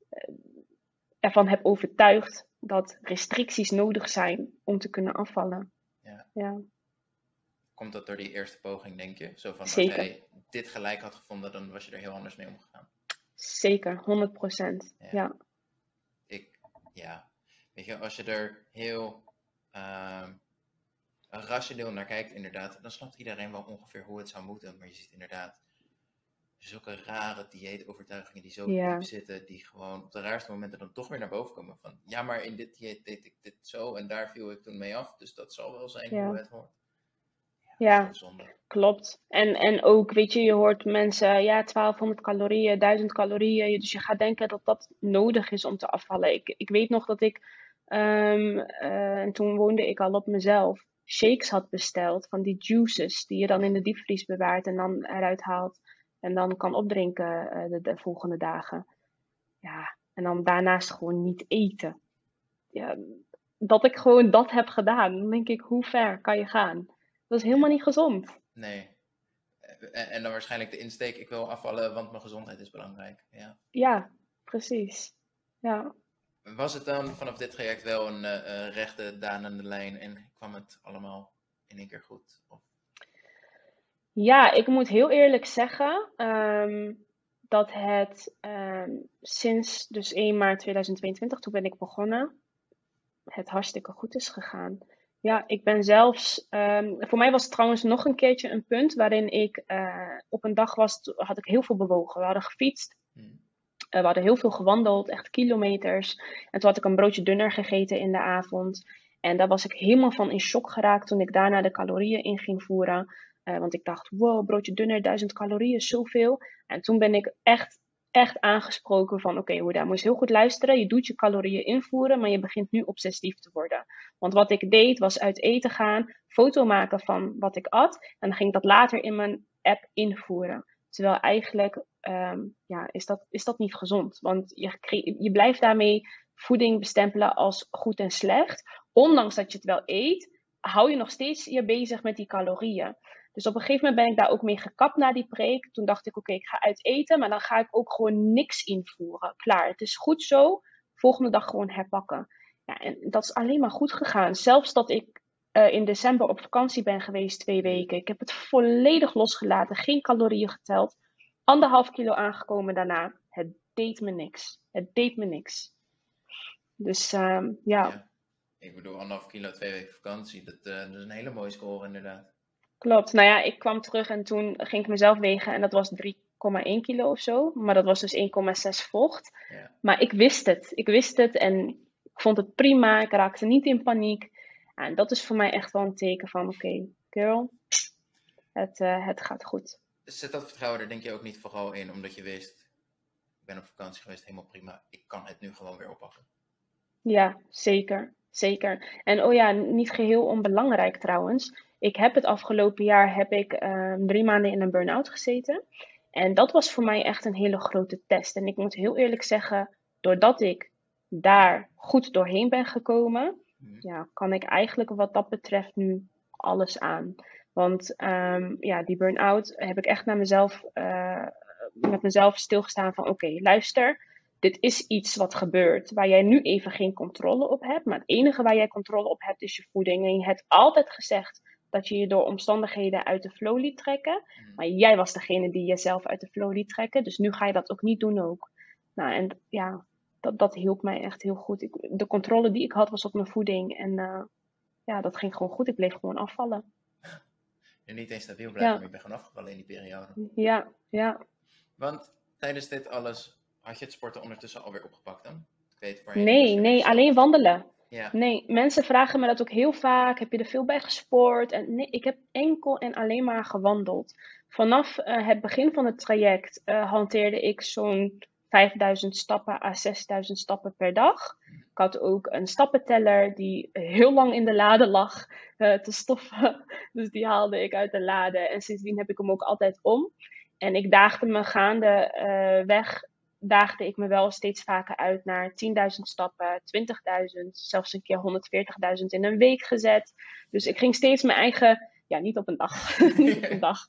ervan heb overtuigd dat restricties nodig zijn om te kunnen afvallen.
Ja.
Ja,
Komt dat door die eerste poging, denk je? Zo van, als
zeker.
jij dit gelijk had gevonden, dan was je er heel anders mee omgegaan.
Zeker, honderd procent.
Ja.
Ja.
Ik, ja. Weet je, als je er heel ehm, rationeel naar kijkt, inderdaad, dan snapt iedereen wel ongeveer hoe het zou moeten. Maar je ziet inderdaad zulke rare dieetovertuigingen die zo
Ja.
diep zitten, die gewoon op de raarste momenten dan toch weer naar boven komen. Van, ja, maar in dit dieet deed ik dit zo en daar viel ik toen mee af. Dus dat zal wel zijn
Ja.
hoe het hoort.
Ja.
Zo zonde.
Klopt. En, en ook, weet je, je hoort mensen, ja, twaalfhonderd calorieën, duizend calorieën. Dus je gaat denken dat dat nodig is om te afvallen. Ik, ik weet nog dat ik, um, uh, en toen woonde ik al op mezelf, shakes had besteld van die juices die je dan in de diepvries bewaart en dan eruit haalt. En dan kan opdrinken uh, de, de volgende dagen. Ja, en dan daarnaast gewoon niet eten. Ja, dat ik gewoon dat heb gedaan. Dan denk ik, hoe ver kan je gaan? Dat is helemaal
Ja.
niet gezond.
Nee. En, en dan waarschijnlijk de insteek, ik wil afvallen, want mijn gezondheid is belangrijk. Ja.
Ja, precies. Ja.
Was het dan vanaf dit traject wel een uh, rechte, danende lijn en kwam het allemaal in één keer goed? Of?
Ja, ik moet heel eerlijk zeggen um, dat het um, sinds dus één maart tweeduizend tweeëntwintig, toen ben ik begonnen, het hartstikke goed is gegaan. Ja, ik ben zelfs, um, voor mij was het trouwens nog een keertje een punt waarin ik uh, op een dag was, had ik heel veel bewogen. We hadden gefietst. Hmm. Uh, we hadden heel veel gewandeld, echt kilometers. En toen had ik een broodje dunner gegeten in de avond. En daar was ik helemaal van in shock geraakt toen ik daarna de calorieën in ging voeren. Uh, want ik dacht, wow, broodje dunner, duizend calorieën, zoveel. En toen ben ik echt, echt aangesproken van, oké, okay, daar moet je heel goed luisteren. Je doet je calorieën invoeren, maar je begint nu obsessief te worden. Want wat ik deed, was uit eten gaan, foto maken van wat ik at. En dan ging ik dat later in mijn app invoeren. Terwijl eigenlijk um, ja, is, dat, is dat niet gezond. Want je, je blijft daarmee voeding bestempelen als goed en slecht. Ondanks dat je het wel eet, hou je nog steeds je bezig met die calorieën. Dus op een gegeven moment ben ik daar ook mee gekapt na die preek. Toen dacht ik, oké, okay, ik ga uit eten, maar dan ga ik ook gewoon niks invoeren. Klaar, het is goed zo. Volgende dag gewoon herpakken. Ja, en dat is alleen maar goed gegaan. Zelfs dat ik uh, in december op vakantie ben geweest, twee weken. Ik heb het volledig losgelaten, geen calorieën geteld. Anderhalf kilo aangekomen daarna. Het deed me niks. Het deed me niks. Dus um, ja.
ja. Ik bedoel, anderhalf kilo, twee weken vakantie. Dat, uh, dat is een hele mooie score inderdaad.
Klopt. Nou ja, ik kwam terug en toen ging ik mezelf wegen en dat was drie komma één kilo of zo. Maar dat was dus één komma zes vocht.
Ja.
Maar ik wist het. Ik wist het en Ik vond het prima, ik raakte niet in paniek. En dat is voor mij echt wel een teken van, oké, okay, girl, het, uh, het gaat goed.
Zet dat vertrouwen er denk je ook niet vooral in, omdat je wist, ik ben op vakantie geweest, helemaal prima, ik kan het nu gewoon weer oppakken.
Ja, zeker, zeker. En oh ja, niet geheel onbelangrijk trouwens. Ik heb het afgelopen jaar, heb ik uh, drie maanden in een burn-out gezeten. En dat was voor mij echt een hele grote test. En ik moet heel eerlijk zeggen, doordat ik daar goed doorheen ben gekomen, hmm. ja, kan ik eigenlijk wat dat betreft nu alles aan. Want um, ja, die burn-out heb ik echt naar mezelf, uh, met mezelf stilgestaan van oké, okay, luister, dit is iets wat gebeurt waar jij nu even geen controle op hebt. Maar het enige waar jij controle op hebt is je voeding. En je hebt altijd gezegd dat je je door omstandigheden uit de flow liet trekken. Maar jij was degene die jezelf uit de flow liet trekken. Dus nu ga je dat ook niet doen ook. Nou, en ja, dat, dat hielp mij echt heel goed. Ik, de controle die ik had was op mijn voeding. En uh, ja, dat ging gewoon goed. Ik bleef gewoon afvallen.
En niet eens stabiel blijven, ja. Maar je bent gewoon afgevallen in die periode.
Ja, ja.
Want tijdens dit alles, had je het sporten ondertussen alweer opgepakt dan? Ik weet waar
je nee, nee, alleen wandelen.
Ja.
Nee, mensen vragen me dat ook heel vaak. Heb je er veel bij gesport? En nee, ik heb enkel en alleen maar gewandeld. Vanaf uh, het begin van het traject uh, hanteerde ik zo'n vijfduizend stappen à zesduizend stappen per dag. Ik had ook een stappenteller die heel lang in de lade lag uh, te stoffen. Dus die haalde ik uit de lade. En sindsdien heb ik hem ook altijd om. En ik daagde me gaande uh, weg, daagde ik me wel steeds vaker uit naar tienduizend stappen, twintigduizend, zelfs een keer honderdveertigduizend in een week gezet. Dus ik ging steeds mijn eigen, ja, niet op een dag, niet op een dag.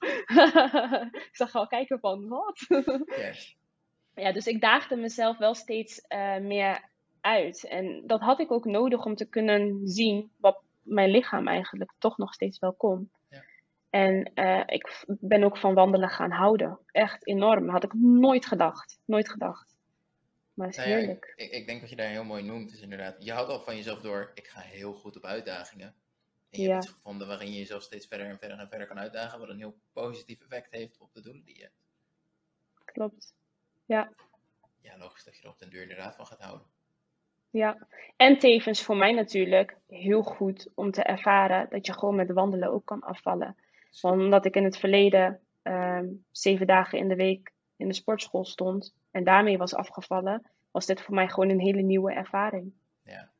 Ik zag al kijken van, wat?
Yes.
Ja, dus ik daagde mezelf wel steeds uh, meer uit. En dat had ik ook nodig om te kunnen zien wat mijn lichaam eigenlijk toch nog steeds wel kon.
Ja.
En uh, ik ben ook van wandelen gaan houden. Echt enorm. Had ik nooit gedacht. Nooit gedacht. Maar het is
nou ja,
heerlijk.
Ik, ik denk wat je daar heel mooi noemt is inderdaad, je had al van jezelf door, ik ga heel goed op uitdagingen. En je
ja.
hebt iets gevonden waarin je jezelf steeds verder en verder en verder kan uitdagen, wat een heel positief effect heeft op de doelen die je hebt.
Klopt. Ja.
Ja, logisch dat je er op den duur inderdaad van gaat houden.
Ja, en tevens voor mij natuurlijk heel goed om te ervaren dat je gewoon met wandelen ook kan afvallen. Want omdat ik in het verleden um, zeven dagen in de week in de sportschool stond en daarmee was afgevallen, was dit voor mij gewoon een hele nieuwe ervaring.
Ja.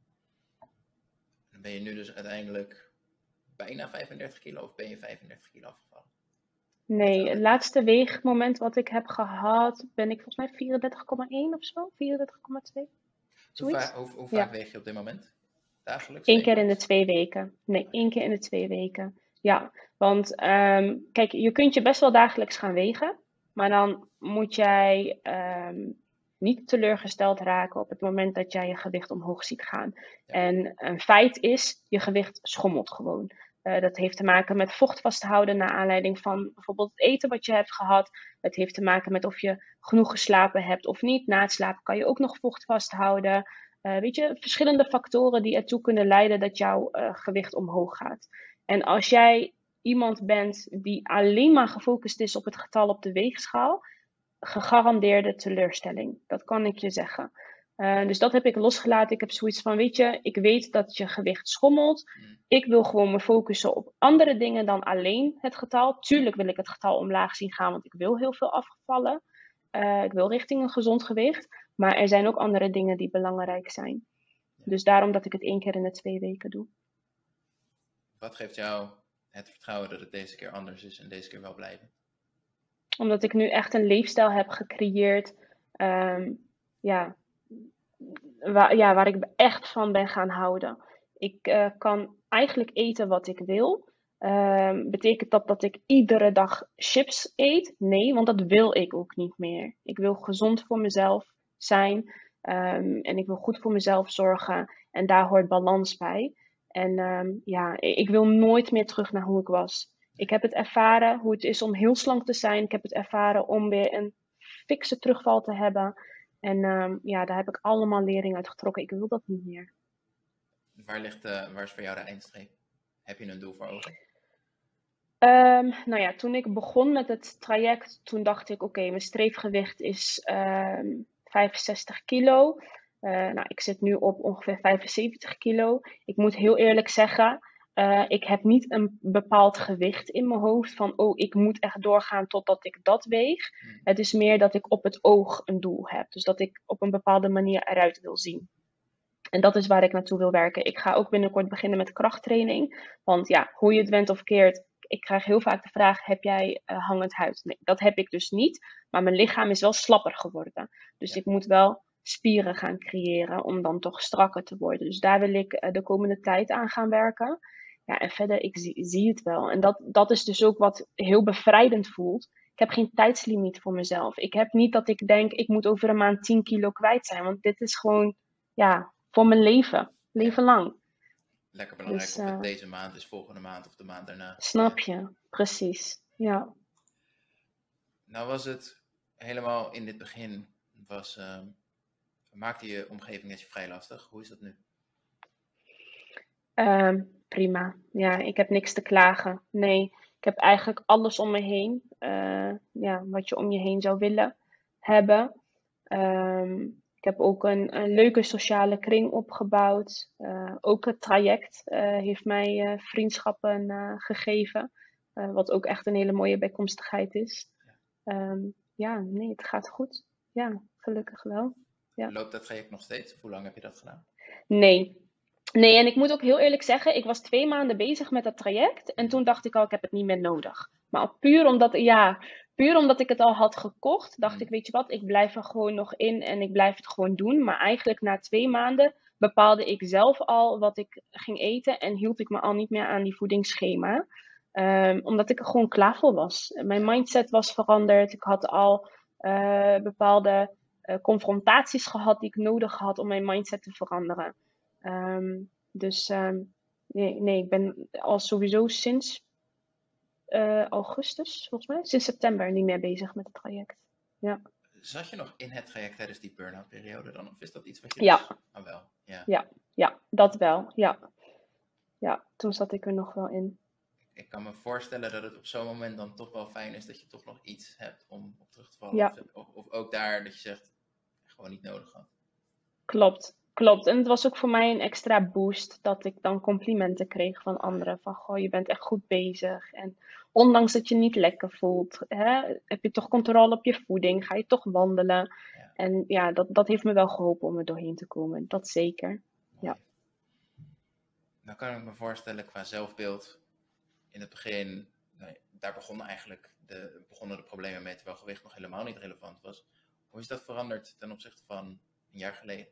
Dan ben je nu dus uiteindelijk bijna vijfendertig kilo of ben je vijfendertig kilo afgevallen?
Nee, het laatste weegmoment wat ik heb gehad, ben ik volgens mij vierendertig komma één of zo, vierendertig komma twee.
Hoe, va- hoe, hoe vaak ja. weeg je op dit moment? Dagelijks?
Eén keer in de twee weken. Nee, één keer in de twee weken. Ja, want um, kijk, je kunt je best wel dagelijks gaan wegen. Maar dan moet jij um, niet teleurgesteld raken op het moment dat jij je gewicht omhoog ziet gaan. Ja. En een feit is, je gewicht schommelt gewoon. Uh, dat heeft te maken met vocht vasthouden naar aanleiding van bijvoorbeeld het eten wat je hebt gehad. Het heeft te maken met of je genoeg geslapen hebt of niet. Na het slapen kan je ook nog vocht vasthouden. Uh, weet je, verschillende factoren die ertoe kunnen leiden dat jouw uh, gewicht omhoog gaat. En als jij iemand bent die alleen maar gefocust is op het getal op de weegschaal, gegarandeerde teleurstelling. Dat kan ik je zeggen. Uh, dus dat heb ik losgelaten. Ik heb zoiets van, weet je, ik weet dat je gewicht schommelt. Ik wil gewoon me focussen op andere dingen dan alleen het getal. Tuurlijk wil ik het getal omlaag zien gaan, want ik wil heel veel afvallen. Uh, ik wil richting een gezond gewicht. Maar er zijn ook andere dingen die belangrijk zijn. Ja. Dus daarom dat ik het één keer in de twee weken doe.
Wat geeft jou het vertrouwen dat het deze keer anders is en deze keer wel blijven?
Omdat ik nu echt een leefstijl heb gecreëerd. Um, ja, waar, ja, waar ik echt van ben gaan houden. Ik uh, kan eigenlijk eten wat ik wil. Um, betekent dat dat ik iedere dag chips eet? Nee, want dat wil ik ook niet meer. Ik wil gezond voor mezelf zijn. Um, en ik wil goed voor mezelf zorgen. En daar hoort balans bij. En um, ja, ik wil nooit meer terug naar hoe ik was. Ik heb het ervaren hoe het is om heel slank te zijn. Ik heb het ervaren om weer een fikse terugval te hebben. En um, ja, daar heb ik allemaal lering uit getrokken. Ik wil dat niet meer.
Waar, ligt, uh, waar is voor jou de eindstreep? Heb je een doel voor ogen?
Um, nou ja, toen ik begon met het traject, toen dacht ik, oké, okay, mijn streefgewicht is um, vijfenzestig kilo. Uh, nou, ik zit nu op ongeveer vijfenzeventig kilo. Ik moet heel eerlijk zeggen, uh, ik heb niet een bepaald gewicht in mijn hoofd van, oh, ik moet echt doorgaan totdat ik dat weeg.
Hmm.
Het is meer dat ik op het oog een doel heb. Dus dat ik op een bepaalde manier eruit wil zien. En dat is waar ik naartoe wil werken. Ik ga ook binnenkort beginnen met krachttraining. Want ja, hoe je het went of keert, ik krijg heel vaak de vraag, heb jij uh, hangend huid? Nee, dat heb ik dus niet. Maar mijn lichaam is wel slapper geworden. Dus
Ja.
ik moet wel spieren gaan creëren om dan toch strakker te worden. Dus daar wil ik uh, de komende tijd aan gaan werken. Ja, en verder, ik zie, zie het wel. En dat, dat is dus ook wat heel bevrijdend voelt. Ik heb geen tijdslimiet voor mezelf. Ik heb niet dat ik denk, ik moet over een maand tien kilo kwijt zijn. Want dit is gewoon, ja, voor mijn leven. Leven
Ja.
lang.
Lekker belangrijk
Dus,
of het
uh,
deze maand is, volgende maand of de maand daarna.
Snap
Ja.
je, precies. Ja.
Nou was het helemaal in dit begin, was, uh, maakte je omgeving net vrij lastig. Hoe is dat nu?
Uh, prima. Ja, ik heb niks te klagen. Nee, ik heb eigenlijk alles om me heen. Uh, ja, wat je om je heen zou willen hebben. Um, ik heb ook een, een leuke sociale kring opgebouwd. Uh, ook het traject uh, heeft mij uh, vriendschappen uh, gegeven. Uh, wat ook echt een hele mooie bijkomstigheid is. Um, ja, nee, het gaat goed. Ja, gelukkig wel. Ja.
Loopt dat traject nog steeds? Hoe lang heb je dat gedaan?
Nee. Nee, en ik moet ook heel eerlijk zeggen, ik was twee maanden bezig met dat traject. En toen dacht ik al, ik heb het niet meer nodig. Maar puur omdat, ja, puur omdat ik het al had gekocht, dacht
Hmm.
ik, weet je wat, ik blijf er gewoon nog in en ik blijf het gewoon doen. Maar eigenlijk na twee maanden bepaalde ik zelf al wat ik ging eten en hield ik me al niet meer aan die voedingsschema. Um, omdat ik er gewoon klaar voor was. Mijn mindset was veranderd. Ik had al uh, bepaalde uh, confrontaties gehad die ik nodig had om mijn mindset te veranderen. Um, dus um, nee, nee, ik ben al sowieso sinds uh, augustus, volgens mij, sinds september niet meer bezig met het traject. Ja.
Zat je nog in het traject tijdens die burn-out periode dan? Of is dat iets wat je
ja.
dus... Oh, wel. Ja.
Ja, ja, dat wel. Ja. Ja, toen zat ik er nog wel in.
Ik kan me voorstellen dat het op zo'n moment dan toch wel fijn is dat je toch nog iets hebt om op terug te vallen.
Ja.
Of, of ook daar dat je zegt, gewoon niet nodig had.
Klopt, klopt. En het was ook voor mij een extra boost dat ik dan complimenten kreeg van anderen. Van, goh, je bent echt goed bezig. En ondanks dat je niet lekker voelt, hè, heb je toch controle op je voeding. Ga je toch wandelen.
Ja.
En ja, dat, dat heeft me wel geholpen om er doorheen te komen. Dat zeker.
Mooi.
Ja.
Nou kan ik me voorstellen qua zelfbeeld. In het begin, nou, daar begonnen eigenlijk de, begonnen de problemen mee, terwijl gewicht nog helemaal niet relevant was. Hoe is dat veranderd ten opzichte van een jaar geleden?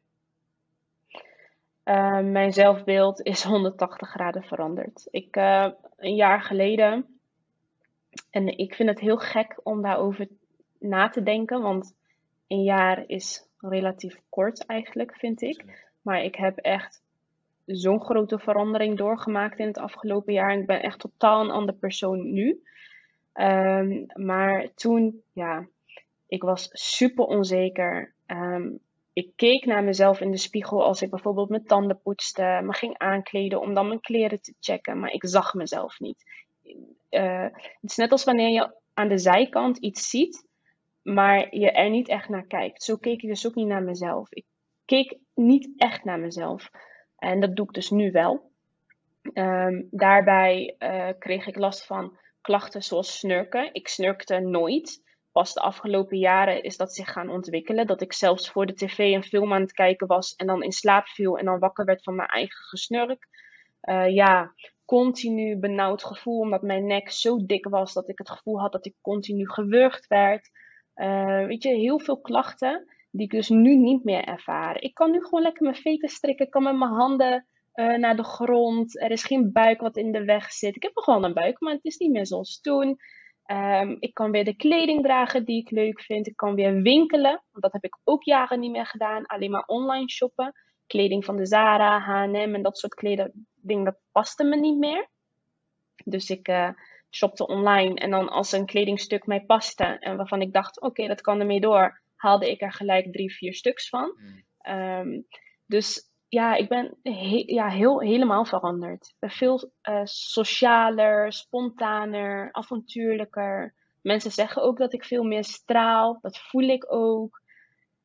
Uh, mijn zelfbeeld is honderdtachtig graden veranderd. Ik, uh, een jaar geleden, en ik vind het heel gek om daarover na te denken, want een jaar is relatief kort eigenlijk, vind ik.
Absoluut.
Maar ik heb echt zo'n grote verandering doorgemaakt in het afgelopen jaar. Ik ben echt totaal een ander persoon nu. Um, maar toen, ja, ik was super onzeker. Um, ik keek naar mezelf in de spiegel als ik bijvoorbeeld mijn tanden poetste, me ging aankleden om dan mijn kleren te checken. Maar ik zag mezelf niet. Uh, het is net als wanneer je aan de zijkant iets ziet, maar je er niet echt naar kijkt. Zo keek ik dus ook niet naar mezelf. Ik keek niet echt naar mezelf. En dat doe ik dus nu wel. Um, daarbij uh, kreeg ik last van klachten zoals snurken. Ik snurkte nooit. Pas de afgelopen jaren is dat zich gaan ontwikkelen. Dat ik zelfs voor de tv een film aan het kijken was en dan in slaap viel en dan wakker werd van mijn eigen gesnurk. Uh, ja, continu benauwd gevoel omdat mijn nek zo dik was dat ik het gevoel had dat ik continu gewurgd werd. Uh, weet je, heel veel klachten die ik dus nu niet meer ervaar. Ik kan nu gewoon lekker mijn veten strikken. Ik kan met mijn handen uh, naar de grond. Er is geen buik wat in de weg zit. Ik heb nog wel een buik, maar het is niet meer zoals toen. Um, ik kan weer de kleding dragen die ik leuk vind. Ik kan weer winkelen. Want dat heb ik ook jaren niet meer gedaan. Alleen maar online shoppen. Kleding van de Zara, H en M en dat soort kleding, dat paste me niet meer. Dus ik uh, shopte online. En dan als een kledingstuk mij paste en waarvan ik dacht, oké, okay, dat kan ermee door, haalde ik er gelijk drie, vier stuks van. Mm. Um, dus ja, ik ben he- ja, heel, helemaal veranderd. Ik ben veel uh, socialer, spontaner, avontuurlijker. Mensen zeggen ook dat ik veel meer straal. Dat voel ik ook.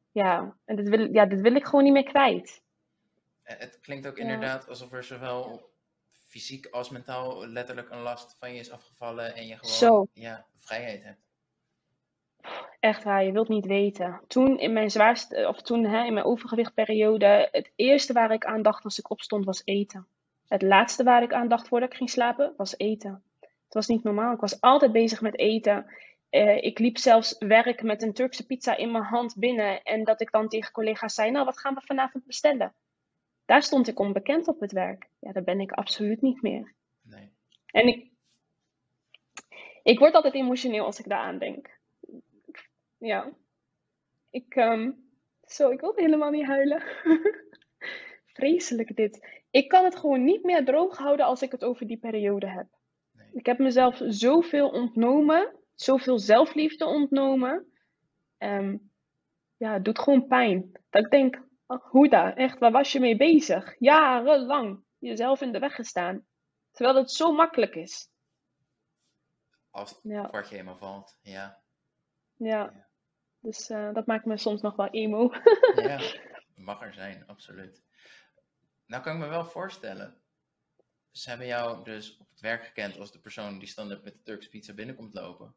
Ja, en dit wil, ja, dit wil ik gewoon niet meer kwijt.
Eh, Het klinkt ook
Ja,
inderdaad alsof er zowel fysiek als mentaal letterlijk een last van je is afgevallen en je gewoon,
zo.
ja, vrijheid hebt.
Echt waar, je wilt niet weten. Toen in mijn zwaarste, of toen hè, in mijn overgewichtperiode, het eerste waar ik aan dacht als ik opstond was eten. Het laatste waar ik aan dacht voordat ik ging slapen was eten. Het was niet normaal. Ik was altijd bezig met eten. Eh, ik liep zelfs werk met een Turkse pizza in mijn hand binnen en dat ik dan tegen collega's zei, nou wat gaan we vanavond bestellen? Daar stond ik onbekend op het werk. Ja, daar ben ik absoluut niet meer.
Nee.
En ik, ik word altijd emotioneel als ik daaraan denk. Ja, ik, ehm, zo, ik wil helemaal niet huilen. Vreselijk dit. Ik kan het gewoon niet meer droog houden als ik het over die periode heb.
Nee.
Ik heb mezelf zoveel ontnomen, zoveel zelfliefde ontnomen. Ehm, ja, het doet gewoon pijn. Dat ik denk, oh, Huda, echt, waar was je mee bezig? Jarenlang jezelf in de weg gestaan. Terwijl het zo makkelijk is.
Als het
Ja,
kwartje eenmaal valt, ja.
ja.
Ja,
Dus uh, dat maakt me soms nog wel emo.
ja, mag er zijn, absoluut. Nou kan ik me wel voorstellen, ze hebben jou dus op het werk gekend als de persoon die standaard met de Turkse pizza binnenkomt lopen.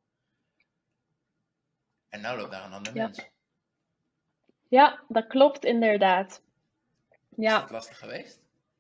En nou loopt daar een ander
Ja,
mens.
ja, dat klopt inderdaad.
Is
Ja,
dat lastig geweest?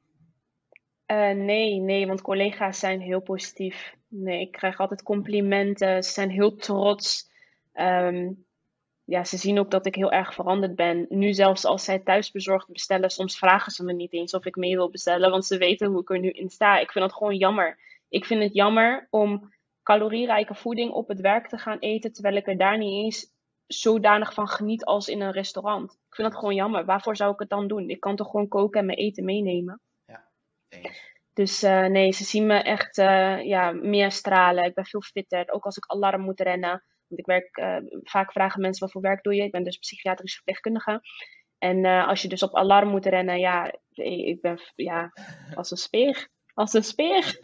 uh, nee, nee, want collega's zijn heel positief. Nee, ik krijg altijd complimenten. Ze zijn heel trots. Um, ja, ze zien ook dat ik heel erg veranderd ben. Nu zelfs als zij thuisbezorgd bestellen, soms vragen ze me niet eens of ik mee wil bestellen, want ze weten hoe ik er nu in sta. Ik vind dat gewoon jammer. Ik vind het jammer om calorierijke voeding op het werk te gaan eten, terwijl ik er daar niet eens zodanig van geniet als in een restaurant. Ik vind dat
Eens.
gewoon jammer. Waarvoor zou ik het dan doen? Ik kan toch gewoon koken en mijn eten meenemen?
Ja, eens.
Dus uh, nee, ze zien me echt uh, ja, meer stralen. Ik ben veel fitter. Ook als ik alarm moet rennen. Want ik werk, uh, vaak vragen mensen wat voor werk doe je. Ik ben dus psychiatrisch verpleegkundige. En uh, als je dus op alarm moet rennen, ja, ik ben ja, als een speer. Als een speer.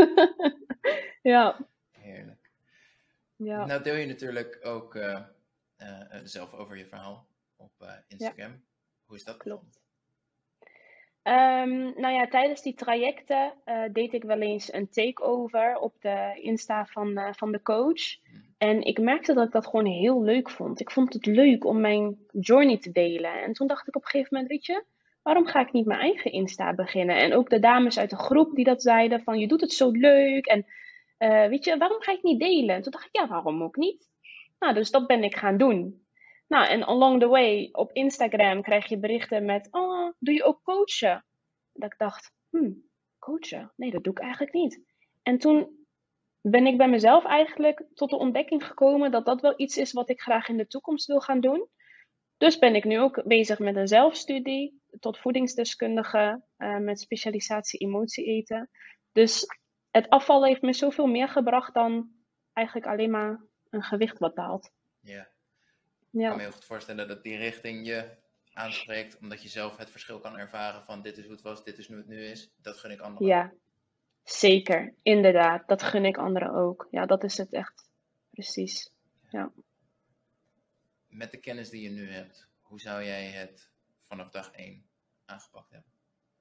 Ja,
Heerlijk.
ja,
Nou deel je natuurlijk ook uh, uh, zelf over je verhaal op uh,
ja,
Instagram. Hoe is dat begonnen?
klopt. Um, nou ja, tijdens die trajecten uh, deed ik wel eens een takeover op de Insta van, uh, van de coach.
Hmm.
En ik merkte dat ik dat gewoon heel leuk vond. Ik vond het leuk om mijn journey te delen. En toen dacht ik op een gegeven moment, weet je, waarom ga ik niet mijn eigen Insta beginnen? En ook de dames uit de groep die dat zeiden, van je doet het zo leuk. En uh, weet je, waarom ga ik het niet delen? En toen dacht ik, ja, waarom ook niet? Nou, dus dat ben ik gaan doen. Nou, en along the way op Instagram krijg je berichten met, oh, doe je ook coachen? Dat ik dacht, hmm, coachen? Nee, dat doe ik eigenlijk niet. En toen ben ik bij mezelf eigenlijk tot de ontdekking gekomen dat dat wel iets is wat ik graag in de toekomst wil gaan doen. Dus ben ik nu ook bezig met een zelfstudie tot voedingsdeskundige uh, met specialisatie emotie eten. Dus het afvallen heeft me zoveel meer gebracht dan eigenlijk alleen maar een gewicht wat daalt.
Ja. Ik kan
Ja.
me heel goed voorstellen dat die richting je aanspreekt, omdat je zelf het verschil kan ervaren van dit is hoe het was, dit is hoe het nu is. Dat gun ik anderen.
Ja, zeker. Inderdaad. Dat gun ik anderen ook. Ja, dat is het echt. Precies. Ja.
Met de kennis die je nu hebt, hoe zou jij het vanaf dag één aangepakt hebben?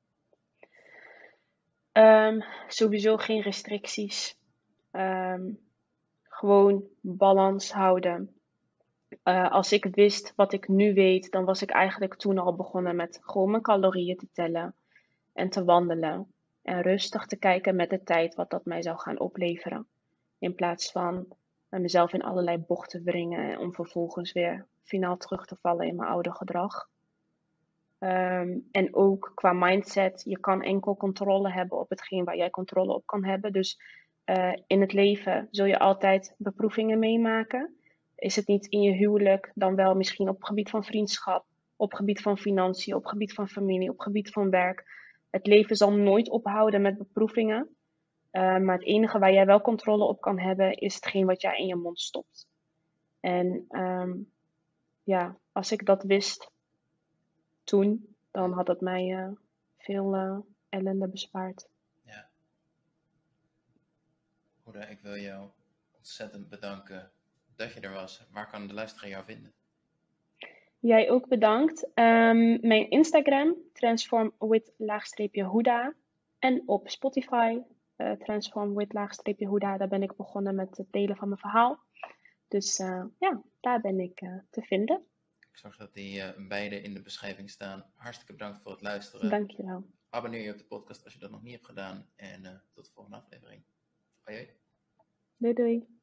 Um, sowieso geen restricties. Um, gewoon balans houden. Uh, als ik wist wat ik nu weet, dan was ik eigenlijk toen al begonnen met gewoon mijn calorieën te tellen en te wandelen. En rustig te kijken met de tijd wat dat mij zou gaan opleveren. In plaats van mezelf in allerlei bochten wringen om vervolgens weer finaal terug te vallen in mijn oude gedrag. Um, en ook qua mindset, je kan enkel controle hebben op hetgeen waar jij controle op kan hebben. Dus uh, in het leven zul je altijd beproevingen meemaken. Is het niet in je huwelijk, dan wel misschien op het gebied van vriendschap, op het gebied van financiën, op het gebied van familie, op het gebied van werk. Het leven zal nooit ophouden met beproevingen. Uh, maar het enige waar jij wel controle op kan hebben, is hetgeen wat jij in je mond stopt. En um, ja, als ik dat wist toen, dan had het mij uh, veel uh, ellende bespaard.
Ja. Huda, ik wil jou ontzettend bedanken dat je er was. Waar kan de luisteraar jou vinden?
Jij ook bedankt. Um, mijn Instagram, transform with laagstreepje Huda. En op Spotify, uh, transform with laagstreepje Huda. Daar ben ik begonnen met het delen van mijn verhaal. Dus uh, ja, daar ben ik uh, te vinden.
Ik zorg dat die uh, beide in de beschrijving staan. Hartstikke bedankt voor het luisteren.
Dankjewel.
Abonneer je op de podcast als je dat nog niet hebt gedaan. En uh, tot de volgende aflevering. Hoi hoi.
Doei doei.